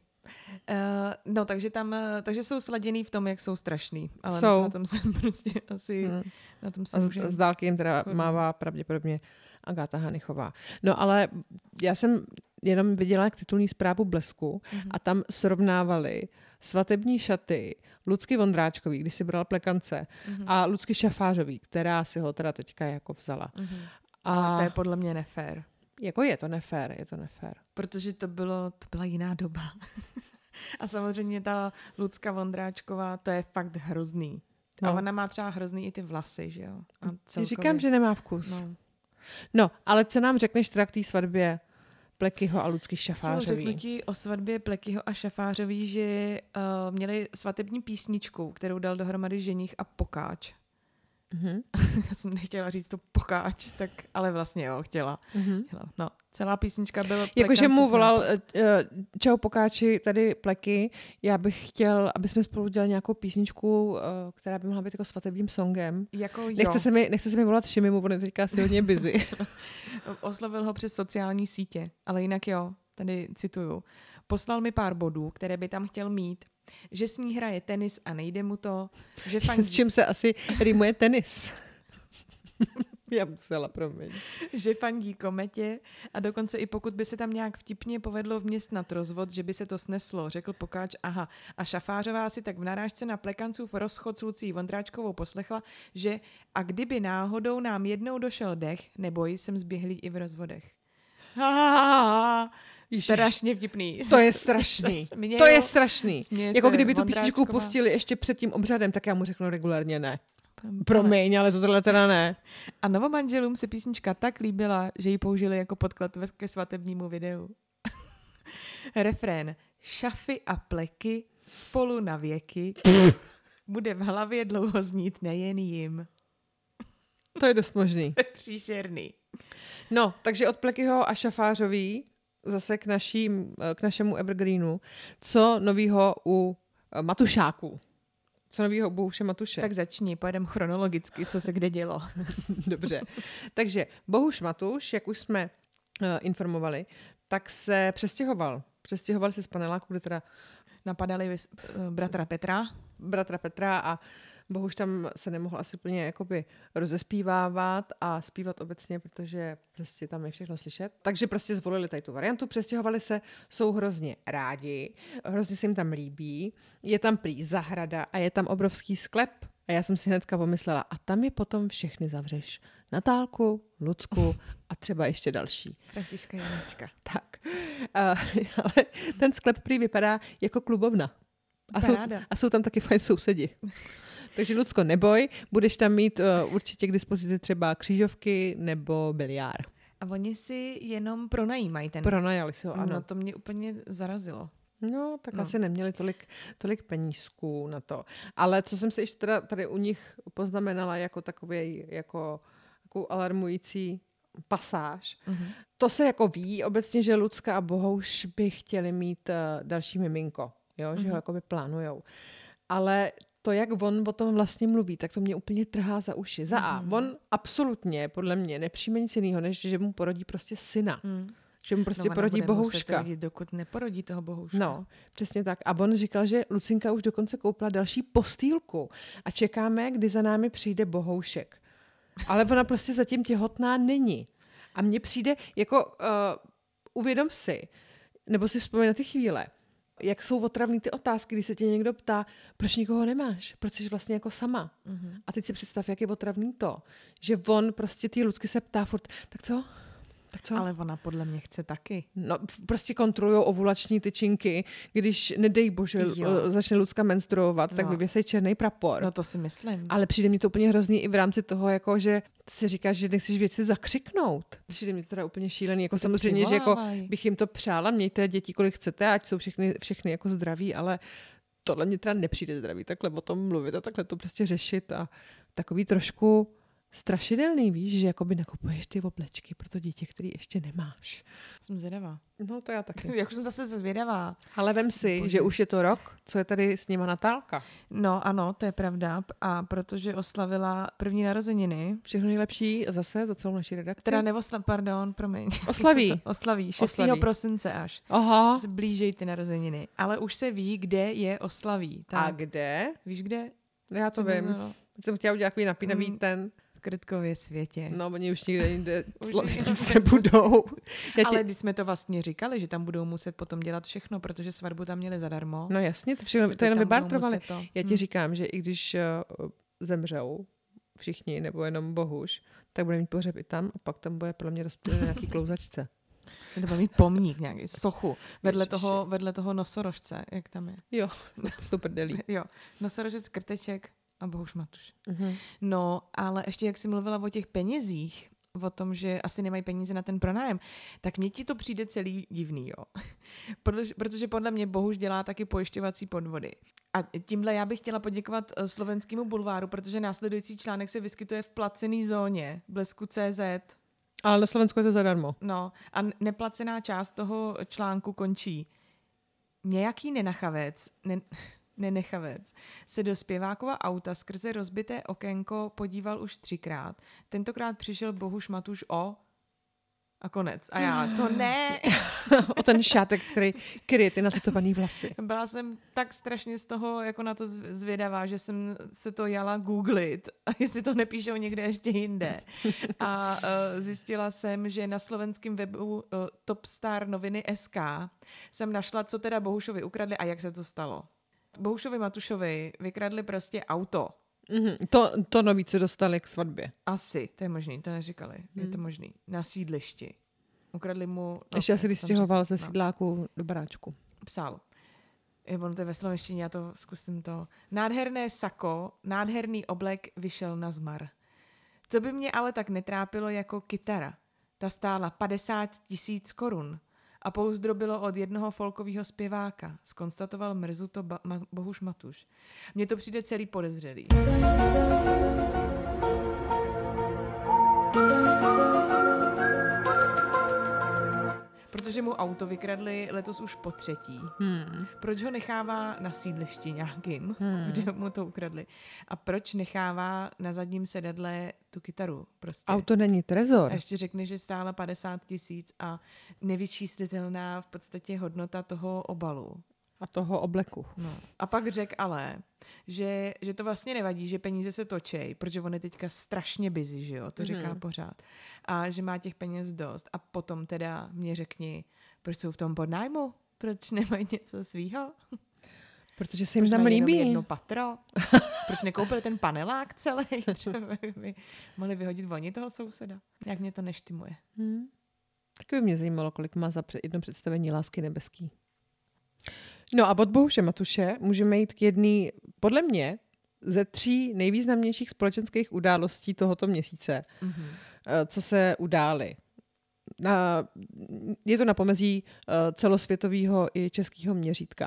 Uh, no, takže tam, takže jsou sladěný v tom, jak jsou strašný. Ale jsou. Na tom jsem prostě asi... Hmm. Na tom se a z, z dálky jim teda schodný. Mává pravděpodobně Agáta Hanichová. No ale já jsem jenom viděla k titulní zprávu Blesku Mhm. a tam srovnávali svatební šaty Lucky Vondráčkový, když si brala plekance, Mhm. a Lucky Šafářový, která si ho teda teďka jako vzala. Mhm. A Ale to je podle mě nefér. jako je to nefér, je to nefér. Protože to, bylo, to byla jiná doba. A samozřejmě ta Lucka Vondráčková, to je fakt hrozný. No. A No. ona má třeba hrozný i ty vlasy, že jo? A celkově. Říkám, že nemá vkus. No. No. no, ale co nám řekneš teda k té svatbě Plekyho a Lucky Jo, Šafářový? řeknu ti o svatbě Plekyho a Šafářový, že uh, měli svatební písničku, kterou dal dohromady ženich a pokáč. Mhm. Já jsem nechtěla říct to pokáč, tak, ale vlastně jo, chtěla. Mhm. chtěla. No, celá písnička byla Jakože mu plekancův volal nápad. uh, čau pokáči, tady Pleky, já bych chtěl, aby jsme spolu dělali nějakou písničku, uh, která by mohla být jako svatebním songem. Jako jo. Nechce se, mi, nechce se mi volat Šimimu, on je teďka asi hodně busy. Oslovil ho přes sociální sítě, ale jinak jo, tady cituju. Poslal mi pár bodů, které by tam chtěl mít, že s ní hraje tenis a nejde mu to, že fandí, S čím se asi rýmuje tenis. Já musela, promiň. že fandí Kometě a dokonce i pokud by se tam nějak vtipně povedlo vměstnat rozvod, že by se to sneslo, řekl Pokáč, aha. A Šafářová si tak v narážce na Plekancův rozchod s Lucí Vondráčkovou poslechla, že a kdyby náhodou nám jednou došel dech, neboj, jsem zběhlý i v rozvodech. Ježiš. Strašně vtipný. To je strašný. Smějou, To je strašný. směje Jako se kdyby tu písničku Vondráčková. pustili ještě před tím obřadem, tak já mu řeknu regulárně ne. Promiň, ale tohle teda ne. A novomanželům se písnička tak líbila, že ji použili jako podklad ke svatebnímu videu. Refrén. Šafy a pleky spolu na věky bude v hlavě dlouho znít nejen jim. To je dost možný. Příšerný. No, takže od Plekyho a Šafářový zase k, naším, k našemu Evergreenu. Co novýho u eh, Matušáků? Co novýho u Bohuše Matuše? Tak začni, pojedem chronologicky, co se kde dělo. Dobře. Takže Bohuš Matuš, jak už jsme uh, informovali, tak se přestěhoval. Přestěhoval se z paneláku, kde teda Napadali vys- eh, bratra Petra. bratra Petra a Bohuš tam se nemohl asi plně jakoby rozespívávat a zpívat obecně, protože prostě tam je všechno slyšet. Takže prostě zvolili tady tu variantu, přestěhovali se, jsou hrozně rádi, hrozně se jim tam líbí, je tam prý zahrada a je tam obrovský sklep. A já jsem si hnedka pomyslela, a tam je potom všechny zavřeš. Natálku, Lucku a třeba ještě další. Františka Janečka. Tak, uh, ale ten sklep prý vypadá jako klubovna. A jsou, Paráda. a jsou tam taky fajn sousedi. Takže Lucko, neboj, budeš tam mít uh, určitě k dispozici třeba křížovky nebo biliár. A oni si jenom pronajímají ten. Pronajali si ho, ano. No to mě úplně zarazilo. No, tak No. asi neměli tolik, tolik penízků na to. Ale co jsem si ještě teda tady u nich poznamenala jako takový, jako takovou alarmující pasáž. Mhm. To se jako ví obecně, že Lucka a Bohuš by chtěli mít uh, další miminko, jo? Že ho jakoby plánujou. Ale to, jak on o tom vlastně mluví, tak to mě úplně trhá za uši. Za A, on absolutně, podle mě, nepřijme nic jiného, než že mu porodí prostě syna. Mm. Že mu prostě ona porodí bude muset Bohuška. rodit, dokud neporodí toho Bohuška. No, přesně tak. A on říkal, že Lucinka už dokonce koupila další postýlku a čekáme, kdy za námi přijde Bohoušek. Ale ona prostě zatím těhotná není. A mně přijde, jako uh, uvědom si, nebo si vzpomeň na ty chvíle, jak jsou otravný ty otázky, když se tě někdo ptá, proč nikoho nemáš, proč jsi vlastně jako sama. Mm-hmm. A teď si představ, jak je otravný to, že on prostě ty Lucky se ptá furt, tak co? Tak co? Ale ona podle mě chce taky. No, prostě kontrolujou ovulační tyčinky, když, nedej bože, Jo. l- začne Lucka menstruovat, no. tak No. vyvěsej černý prapor. No to si myslím. Ale přijde mi to úplně hrozný i v rámci toho, jako, že si říkáš, že nechceš věci zakřiknout. Přijde mi to teda úplně šílený. Jako To samozřejmě, že jako přivolávaj. bych jim to přála, mějte děti, kolik chcete, ať jsou všechny, všechny jako zdraví, ale tohle mě teda nepřijde zdraví, takhle o tom mluvit a takhle to prostě řešit a takový trošku strašidelný, víš, že jakoby nakupuješ ty oblečky pro to dítě, který ještě nemáš. Jsem zvědavá. No to já taky. Jak už jsem zase zvědavá. Ale vem si, Bože. že už je to rok, co je tady s nima Natálka. No ano, to je pravda. A protože oslavila první narozeniny, Všechno nejlepší zase za celou naši redakci. teda neosla, pardon, promiň. Oslaví. Oslaví. šestého Oslaví. prosince až. Aha. Zblížej ty narozeniny. Ale už se ví, kde je oslaví. Tak. A kde? Víš kde? Já to Třeba vím. no. Jsem chtěla udělat takový napínavý Mm. ten. Krtkově světě. No, oni už nikde jinde Už slavit nebudou. Já Ale tě... když jsme to vlastně říkali, že tam budou muset potom dělat všechno, protože svatbu tam měli zadarmo. No jasně, to všechno, to Teď jenom tam budou vybartrovali. muset to. Já ti Hm. říkám, že i když uh, zemřou všichni, nebo jenom Bohuš, tak bude mít pohřeb i tam a pak tam bude podle mě rozptýlit na nějaký klouzačce. To bude mít pomník nějaký, sochu, vedle Ježiši. toho, vedle toho nosorožce, jak tam je. Jo, s tou prdelí. Jo, nosorožec, krteček a Bohuš Matuš. Mhm. No, ale ještě jak jsi mluvila o těch penězích, o tom, že asi nemají peníze na ten pronájem, tak mně ti to přijde celý divný, jo. Protože, protože podle mě Bohuš dělá taky pojišťovací podvody. A tímhle já bych chtěla poděkovat eh, Slovenskému bulváru, protože následující článek se vyskytuje v placený zóně Blesku tečka cé zet. Ale na Slovensku je to zadarmo. No a neplacená část toho článku končí. Nějaký nenachavec, ne, nenechavec se do zpěvákova auta skrze rozbité okénko podíval už třikrát. Tentokrát přišel Bohuš Matuš o... A konec. A já, to ne! O ten šátek, který kryje ty natetovaný vlasy. Byla jsem tak strašně z toho jako na to zvědavá, že jsem se to jala googlit, a jestli to nepíšou někde ještě jinde. A uh, zjistila jsem, že na slovenském webu uh, Topstar noviny tečka es ká jsem našla, co teda Bohušovi ukradli a jak se to stalo. Bohušovi Matušovi vykradli prostě auto. Mm-hmm. To, to nový, co dostali k svatbě. Asi, to je možný, to neříkali. Hmm. Je to možný. Na sídlišti. Ukradli mu... No, Ještě asi, když tam stěhoval ze řekl, no. sídláku do baráčku. Psal. Je, ono to je ve slovenštině, já to zkusím to. Nádherné sako, nádherný oblek vyšel na zmar. To by mě ale tak netrápilo jako kytara. Ta stála padesát tisíc korun. A pouzdro bylo od jednoho folkového zpěváka, zkonstatoval mrzuto ba- Ma- Bohuš Matuš. Mně to přijde celý podezřelý. Protože mu auto vykradli letos už po třetí. Hmm. Proč ho nechává na sídlišti nějakým, Hmm. kde mu to ukradli? A proč nechává na zadním sedadle tu kytaru? Prostě. Auto není trezor. A ještě řekne, že stála padesát tisíc a nevyčíslitelná v podstatě hodnota toho obalu. A toho obleku. No. A pak řek ale, že, že to vlastně nevadí, že peníze se točej, protože on je teďka strašně busy, že jo, to říká Mhm. pořád. A že má těch peněz dost. A potom teda mě řekni, proč jsou v tom podnájmu? Proč nemají něco svýho? Protože se jim Proč tam mají jenom líbí. jedno patro? Proč nekoupili ten panelák celý? Třeba by mohli vyhodit oni toho souseda. Jak mě to neštimuje. Hmm. Tak by mě zajímalo, kolik má za jedno představení Lásky nebeský. No a od Bohuše Matuše můžeme jít k jedné, podle mě, ze tří nejvýznamnějších společenských událostí tohoto měsíce, Mm-hmm. co se udály. Na, je to na pomezí celosvětového i českého měřítka.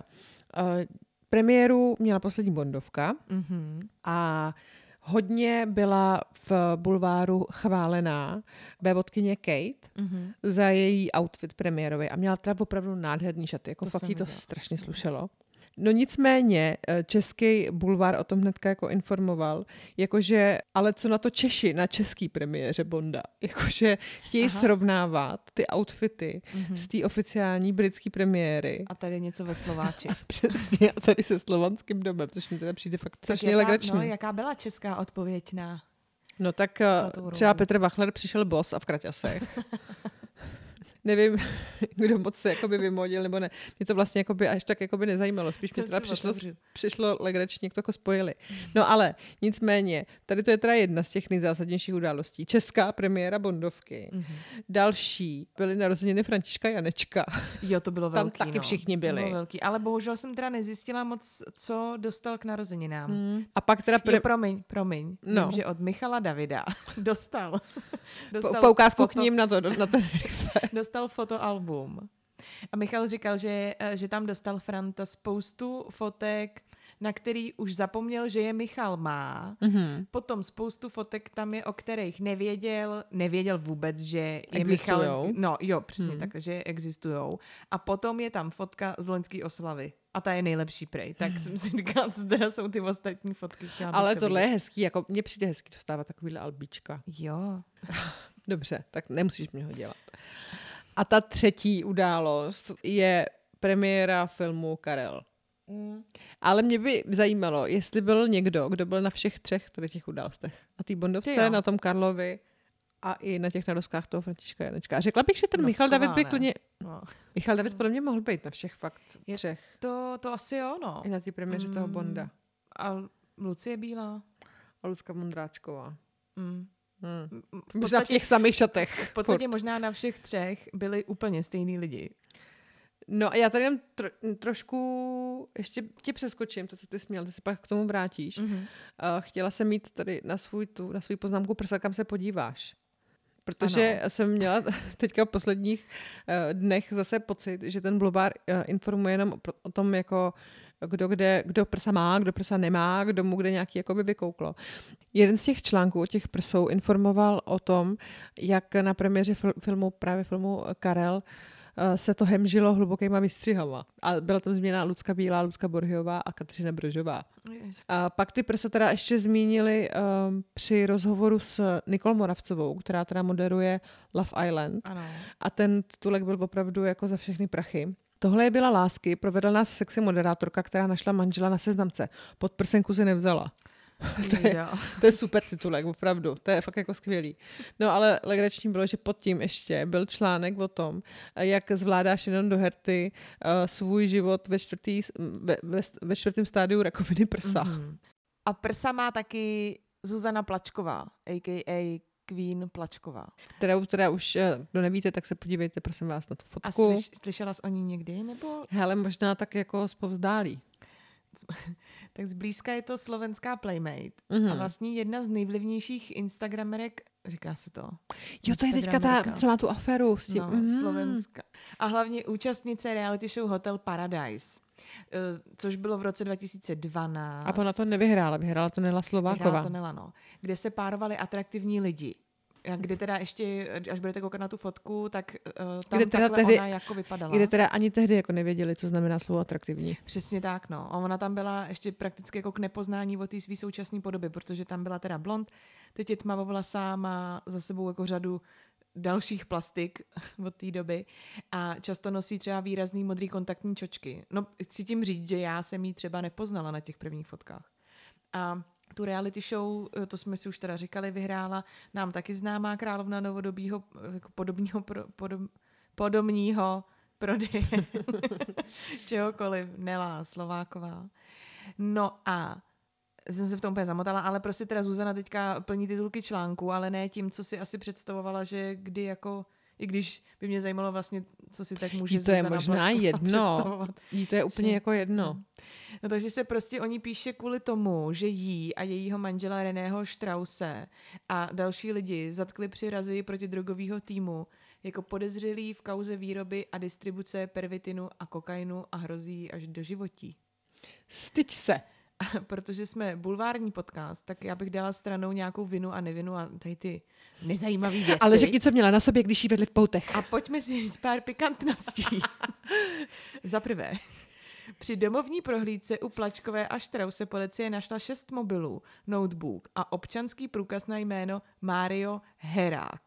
Premiéru měla poslední Bondovka Mm-hmm. a hodně byla v bulváru chválená vévodkyně Kate Mm-hmm. za její outfit premiérový a měla teda opravdu nádherný šaty, jako To fakt jsem jí to viděla. strašně slušelo. No nicméně český bulvár o tom hnedka jako informoval, jakože, ale co na to Češi na český premiéře Bonda, jakože chtějí Aha. srovnávat ty outfity Mhm. z té oficiální britské premiéry. A tady něco ve Slováči. Přesně, a tady se slovanským domem, což mi teda přijde fakt strašně jaká, legrační. no, jaká byla česká odpověď na... No tak Zlatou třeba roubu. Petr Wachler přišel bos a v kraťasech. Nevím, kdo moc se jakoby vymodil, nebo ne. Mě to vlastně jakoby až tak jakoby nezajímalo. Spíš mě To teda si přišlo, otevřu. přišlo legračně, jak to jako spojili. No ale nicméně, tady to je teda jedna z těch nejzásadnějších událostí. Česká premiéra Bondovky. Mhm. Další byly narozeniny Františka Janečka. Jo, to bylo Tam velký, taky no. všichni To byli. bylo velký. Ale bohužel jsem teda nezjistila moc, co dostal k narozeninám. Hmm. A pak teda... Pre... Pre... Jo, promiň, promiň. No. Vím, že od Michala Davida dostal, dostal Poukázku foto, k ním na to, na ten dostal fotoalbum. A Michal říkal, že, že tam dostal Franta spoustu fotek, na který už zapomněl, že je Michal má. Mhm. Potom spoustu fotek tam je, o kterých nevěděl, nevěděl vůbec, že je Existujou. Michal. No jo, přesně Hmm. tak, že existujou. A potom je tam fotka z loňské oslavy. A ta je nejlepší prej. Tak jsem si říkala, co teda jsou ty ostatní fotky. Chtěla bych Ale to tohle vidět. je hezký, jako mně přijde hezký dostávat takovýhle albíčka. Jo. Dobře, tak nemusíš mě ho dělat. A ta třetí událost je premiéra filmu Karel. Mm. Ale mě by zajímalo, jestli byl někdo, kdo byl na všech třech tady těch událostech. Na té Bondovce, na tom Karlovi a i na těch naroskách toho Františka Janečka. Řekla bych, že ten No, Michal David by ne. klidně... No. Michal David podle mě mohl být na všech fakt Je třech. To, to asi jo, no. I na té premiéře mm. toho Bonda. A Lucie Bílá. A Lucka Vondráčková. Mm. Hmm. V Možná podstatě, v těch samých šatech. v podstatě možná na všech třech byli úplně stejný lidi. No a já tady jen tro, trošku ještě tě přeskočím, to, co ty jsi měl, ty se pak k tomu vrátíš. Mm-hmm. Uh, chtěla jsem mít tady na svůj, tu, na svůj poznámku prsa, kam se podíváš. Protože ano. jsem měla teďka v posledních uh, dnech zase pocit, že ten blubár uh, informuje jenom o, o tom, jako kdo, kde, kdo prsa má, kdo prsa nemá, kdo mu kde nějaký jakoby vykouklo. Jeden z těch článků o těch prsou informoval o tom, jak na premiéře fil- filmu, právě filmu Karel, se to hemžilo hlubokýma výstřihama. A byla tam změna Lucka Bílá, Lucka Borhyová a Kateřina Brožová. A pak ty prsa teda ještě zmínili um, při rozhovoru s Nikol Moravcovou, která teda moderuje Love Island. Ano. A ten titulek byl opravdu jako za všechny prachy. Tohle je Byla lásky, provedla nás sexy moderátorka, která našla manžela na seznamce. Pod prsenku si nevzala. to, je, to je super titulek, opravdu. To je fakt jako skvělý. No ale legrační bylo, že pod tím ještě byl článek o tom, jak zvládá Shannon Doherty uh, svůj život ve, čtvrtý, ve, ve, ve čtvrtém stádiu rakoviny prsa. Mm-hmm. A prsa má taky Zuzana Plačková, a k a. Queen Plačková. Kterou teda už, kdo nevíte, tak se podívejte, prosím vás, na tu fotku. A slyš, slyšela jsi o ní někdy? Nebo... Hele, možná tak jako zpovzdálí. Tak zblízka je to slovenská Playmate. Mm-hmm. A vlastně jedna z nejvlivnějších instagramerek, říká se to. Jo, to je teďka ta, co má tu aféru s tím. No, mm. Slovenska. A hlavně účastnice reality show Hotel Paradise, což bylo v roce dva tisíce dvanáct. A ona to nevyhrála, vyhrála to Nela Slováková. Vyhrála to Nela, no. Kde se párovali atraktivní lidi. A kde teda ještě, až budete koukat na tu fotku, tak uh, tam kde teda takhle tehdy, ona jako vypadala. Kde teda ani tehdy jako nevěděli, co znamená slovo atraktivní. Přesně tak, no. A ona tam byla ještě prakticky jako k nepoznání o té svý současné podoby, protože tam byla teda blond, teď je tmavovlasá, má za sebou jako řadu dalších plastik od té doby a často nosí třeba výrazný modrý kontaktní čočky. No, chci tím říct, že já jsem jí třeba nepoznala na těch prvních fotkách. A tu reality show, to jsme si už teda říkali, vyhrála nám taky známá královna novodobího jako podobního pro, podob, podobního prodeje čehokoliv, Nela Slováková. No a jsem se v tom úplně zamotala, ale prostě teda Zuzana teďka plní titulky článku, ale ne tím, co si asi představovala, že kdy jako, i když by mě zajímalo vlastně, co si tak může Zuzana Zuzana to je možná jedno. Jí to je úplně že... jako jedno. No takže se prostě o ní píše kvůli tomu, že jí a jejího manžela Reného Strause a další lidi zatkli při razii proti drogového týmu jako podezřelí v kauze výroby a distribuce pervitinu a kokainu a hrozí až do životí. Styď se. Protože jsme bulvární podcast, tak já bych dala stranou nějakou vinu a nevinu a tady ty nezajímavé věci. Ale řekni, co měla na sobě, když jí vedli v poutech. A pojďme si říct pár pikantností. Za prvé, při domovní prohlídce u Plačkové a Strause policie našla šest mobilů, notebook a občanský průkaz na jméno Mário Herák.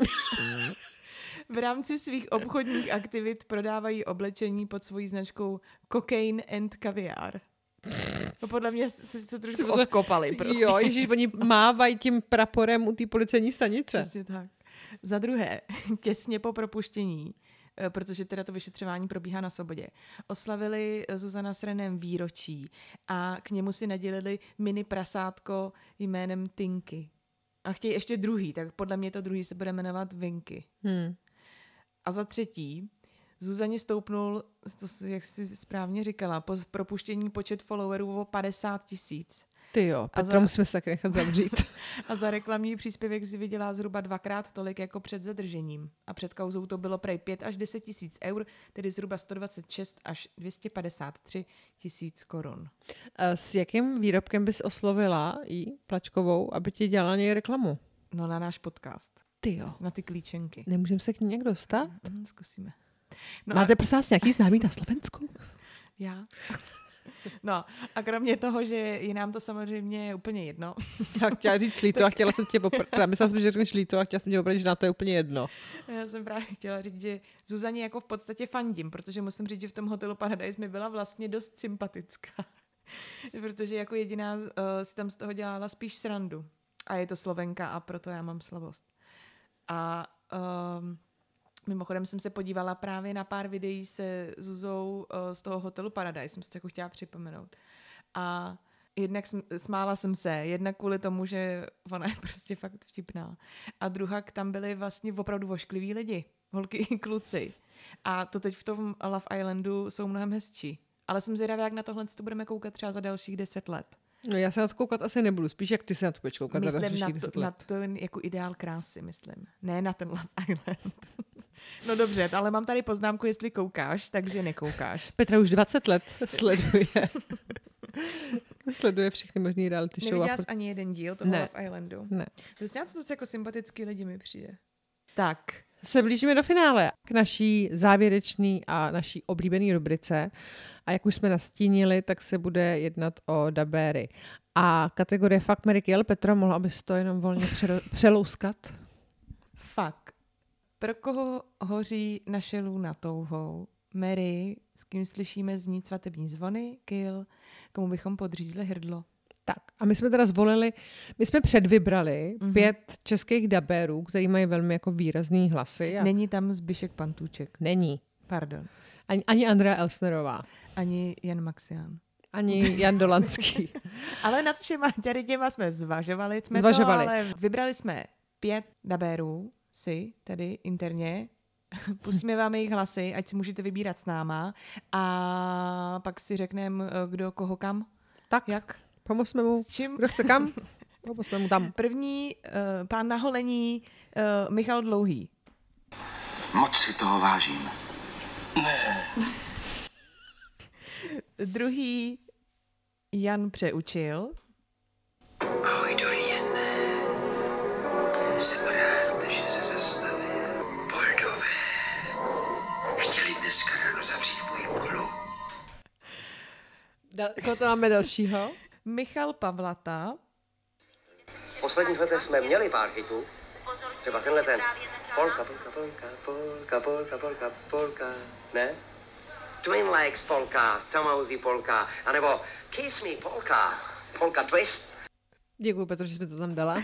V rámci svých obchodních aktivit prodávají oblečení pod svojí značkou Cocaine and Caviar. No podle mě se, se trošku odkopali prostě. Jo, ježiš, oni mávají tím praporem u té policejní stanice. Přesně tak. Za druhé, těsně po propuštění, protože teda to vyšetřování probíhá na svobodě, oslavili Zuzana s Renem výročí a k němu si nadělili mini prasátko jménem Tinky. A chtějí ještě druhý, tak podle mě to druhý se bude jmenovat Vinky. Hmm. A za třetí, Zuzaně stoupnul, to, jak jsi správně říkala, po propuštění počet followerů o padesát tisíc. Ty jo, Petro, za... musíme se tak nechat zavřít. A za reklamní příspěvek si vydělá zhruba dvakrát tolik jako před zadržením. A před kauzou to bylo prej pět až deset tisíc eur, tedy zhruba sto dvacet šest až dvě stě padesát tři tisíc korun. A s jakým výrobkem bys oslovila jí, Plačkovou, aby ti dělala něj reklamu? No na náš podcast. Ty jo. Na ty klíčenky. Nemůžeme se k ní nějak dostat? Mm, zkusíme. No Máte a... prosím vás nějaký známý na Slovensku? Já. No a kromě toho, že je nám to samozřejmě úplně jedno. Já chtěla říct líto a chtěla jsem tě popravit. Myslela jsem, že řekneš líto a chtěla jsem tě popravit, že nám to je úplně jedno. Já jsem právě chtěla říct, že Zuzaně jako v podstatě fandím, protože musím říct, že v tom hotelu Paradise mi byla vlastně dost sympatická. Protože jako jediná uh, si tam z toho dělala spíš srandu. A je to Slovenka a proto já mám slabost. A um, mimochodem jsem se podívala právě na pár videí se Zuzou uh, z toho hotelu Paradise, jsem si to jako chtěla připomenout. A jednak smála jsem se, jednak kvůli tomu, že ona je prostě fakt vtipná. A druhá, tam byli vlastně opravdu voškliví lidi, holky i kluci. A to teď v tom Love Islandu jsou mnohem hezčí. Ale jsem zvědavá, jak na tohle to budeme koukat třeba za dalších deset let. No já se na to koukat asi nebudu, spíš jak ty se na to budeš koukat. Myslím za na dalších to, deset let. na to jako ideál krásy, myslím. Ne na ten Love Island. No dobře, ale mám tady poznámku, jestli koukáš, takže nekoukáš. Petra už dvacet let sleduje. Sleduje všechny možný reality show. Neviděla A jsi ani jeden díl toho Ne. Love Islandu? Ne. Prostě to docela jako sympatický lidi mi přijde. Tak. Se blížíme do finále k naší závěrečný a naší oblíbený rubrice. A jak už jsme nastínili, tak se bude jednat o dabéry. A kategorie Fuck, Marry, Kill. Petro, mohla bys to jenom volně přero- přelouskat? Fuck. Pro koho hoří naše lůna touhou? Mary, s kým slyšíme znít svatební zvony? Kill, komu bychom podřízli hrdlo? Tak a my jsme teda zvolili, my jsme předvybrali mm-hmm. pět českých dabérů, který mají velmi jako výrazný hlasy. A... Není tam Zbyšek Pantůček. Není. Pardon. Ani, ani Andrea Elsnerová. Ani Jan Maxián. Ani Jan Dolanský. Ale nad všema tady těma jsme zvažovali. Jsme Zvažovali. To, ale vybrali jsme pět dabérů si, tedy interně. Pustíme vám jejich hlasy, ať si můžete vybírat s náma. A pak si řekneme, kdo koho kam. Tak, Jak? pomozme mu. S čím? Kdo chce kam? Pomozme mu tam. První uh, pán na holení uh, Michal Dlouhý. Moc si toho vážím. Druhý Jan Přeučil. Ahoj, Doriane. Jsem rád, že se zastavil. Boldové. Chtěli dneska ráno zavřít můj klub. Da- koho to máme dalšího? Michal Pavlata. V posledních letech jsme měli pár hitů. Třeba tenhle ten. Polka, polka, polka, polka, polka, polka, polka. Ne? Twin Legs polka, Tomouzy polka, anebo Kiss Me polka, polka twist. Děkuji, Petro, že jsi mi to tam dala. Uh,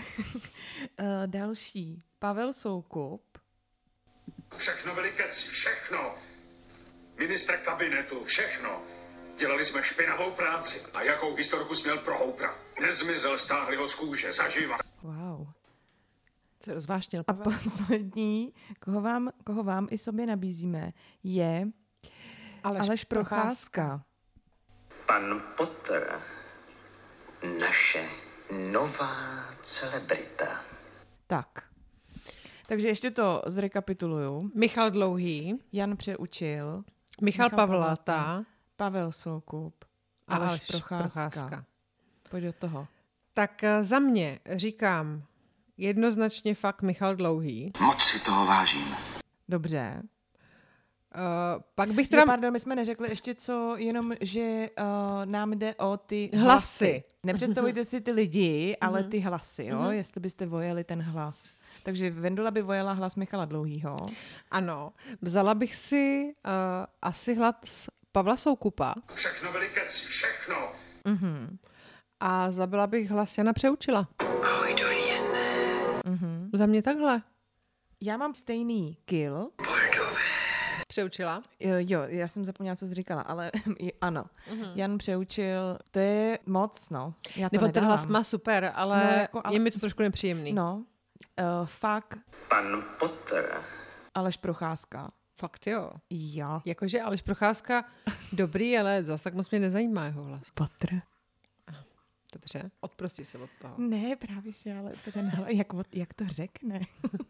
další Pavel Soukup. Všechno byli keci, všechno. Ministra kabinetu, všechno. Dělali jsme špinavou práci. A jakou historku směl pro Houpra? Nezmizel, stáhli ho z kůže, zaživa. Wow. Se rozvášnil. A poslední, koho vám, koho vám i sobě nabízíme, je Aleš, Aleš Procházka. Pan Potter, naše nová celebrita. Tak. Takže ještě to zrekapituluju. Michal Dlouhý, Jan Přeučil, Michal, Michal Pavlata, Pavlata, Pavel Soukup a Aleš Aleš Procházka. Procházka. Pojď do toho. Tak eh, za mě říkám jednoznačně fakt Michal Dlouhý. Moc si toho vážím. Dobře. Uh, pak bych teda... No, pardon, my jsme neřekli ještě co, jenom, že uh, nám jde o ty hlasy. Hlasy. Nepředstavujte si ty lidi, ale ty hlasy, jo? Jestli byste vojeli ten hlas. Takže Vendula by vojela hlas Michala Dlouhýho. Ano, vzala bych si uh, asi hlas Pavla Soukupa Všechno byli keci, všechno. uh-huh. a zabila bych hlas Jana Přeučila. Ahoj, Doriane. Uh-huh. Za mě takhle. Já mám stejný kill. Boldové. Přeučila? Jo, jo, já jsem zapomněla, co jsi říkala, ale ano. Uh-huh. Jan Přeučil, to je moc, no. Já to Nebo ten nedávám. hlas má super, ale, No, no, jako, ale... je mi to trošku nepříjemný. No, uh, fakt Pan Potter. Aleš Procházka. Fakt jo. Jo. Jakože Aleš Procházka dobrý, ale zase tak moc mě nezajímá jeho hlas. Patr. Dobře, odprostí se od toho. Ne, právě, že ale ten hlas, jak, jak to řekne.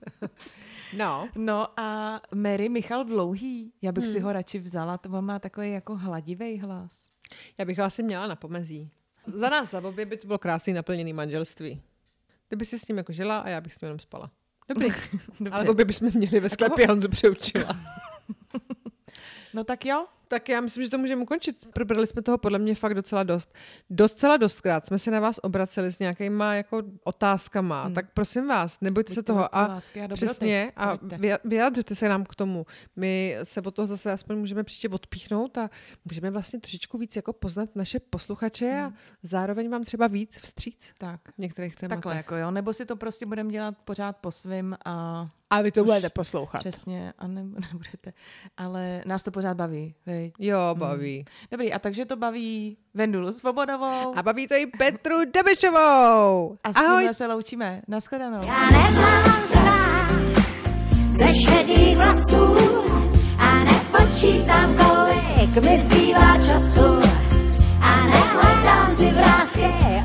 No. No a Mary Michal Dlouhý, já bych hmm. si ho radši vzala, to on má takový jako hladivý hlas. Já bych ho asi měla na pomezí. Za nás, za obě by to bylo krásný naplněný manželství. Ty by si s ním jako žila a já bych s ním jenom spala. Dobrý. Ale obě bychom měli ve sklepě Honzu Přeučila. No tak jo, Tak já myslím, že to můžeme ukončit. Probrali jsme toho podle mě fakt docela dost. Docela dostkrát jsme se na vás obraceli s nějakýma jako otázkama. Hmm. Tak prosím vás, nebojte se toho. A, a přesně, a vyjádřete se nám k tomu. My se od toho zase aspoň můžeme příště odpíchnout a můžeme vlastně trošičku víc jako poznat naše posluchače hmm. a zároveň vám třeba víc vstříc tak. v některých tématech. Takhle jako jo, nebo si to prostě budeme dělat pořád po svým a... A vy to budete poslouchat. Přesně, a ne, nebudete. Ale nás to pořád baví. Veď? Jo, baví. Hmm. Dobrý, a takže to baví Vendulu Svobodovou. A baví to i Petru Dobešovou. A s tímhle se loučíme. Naschledanou. Já nemám strach ze šedých vlasů a nepočítám, kolik mi zbývá času a nehledám si vrásky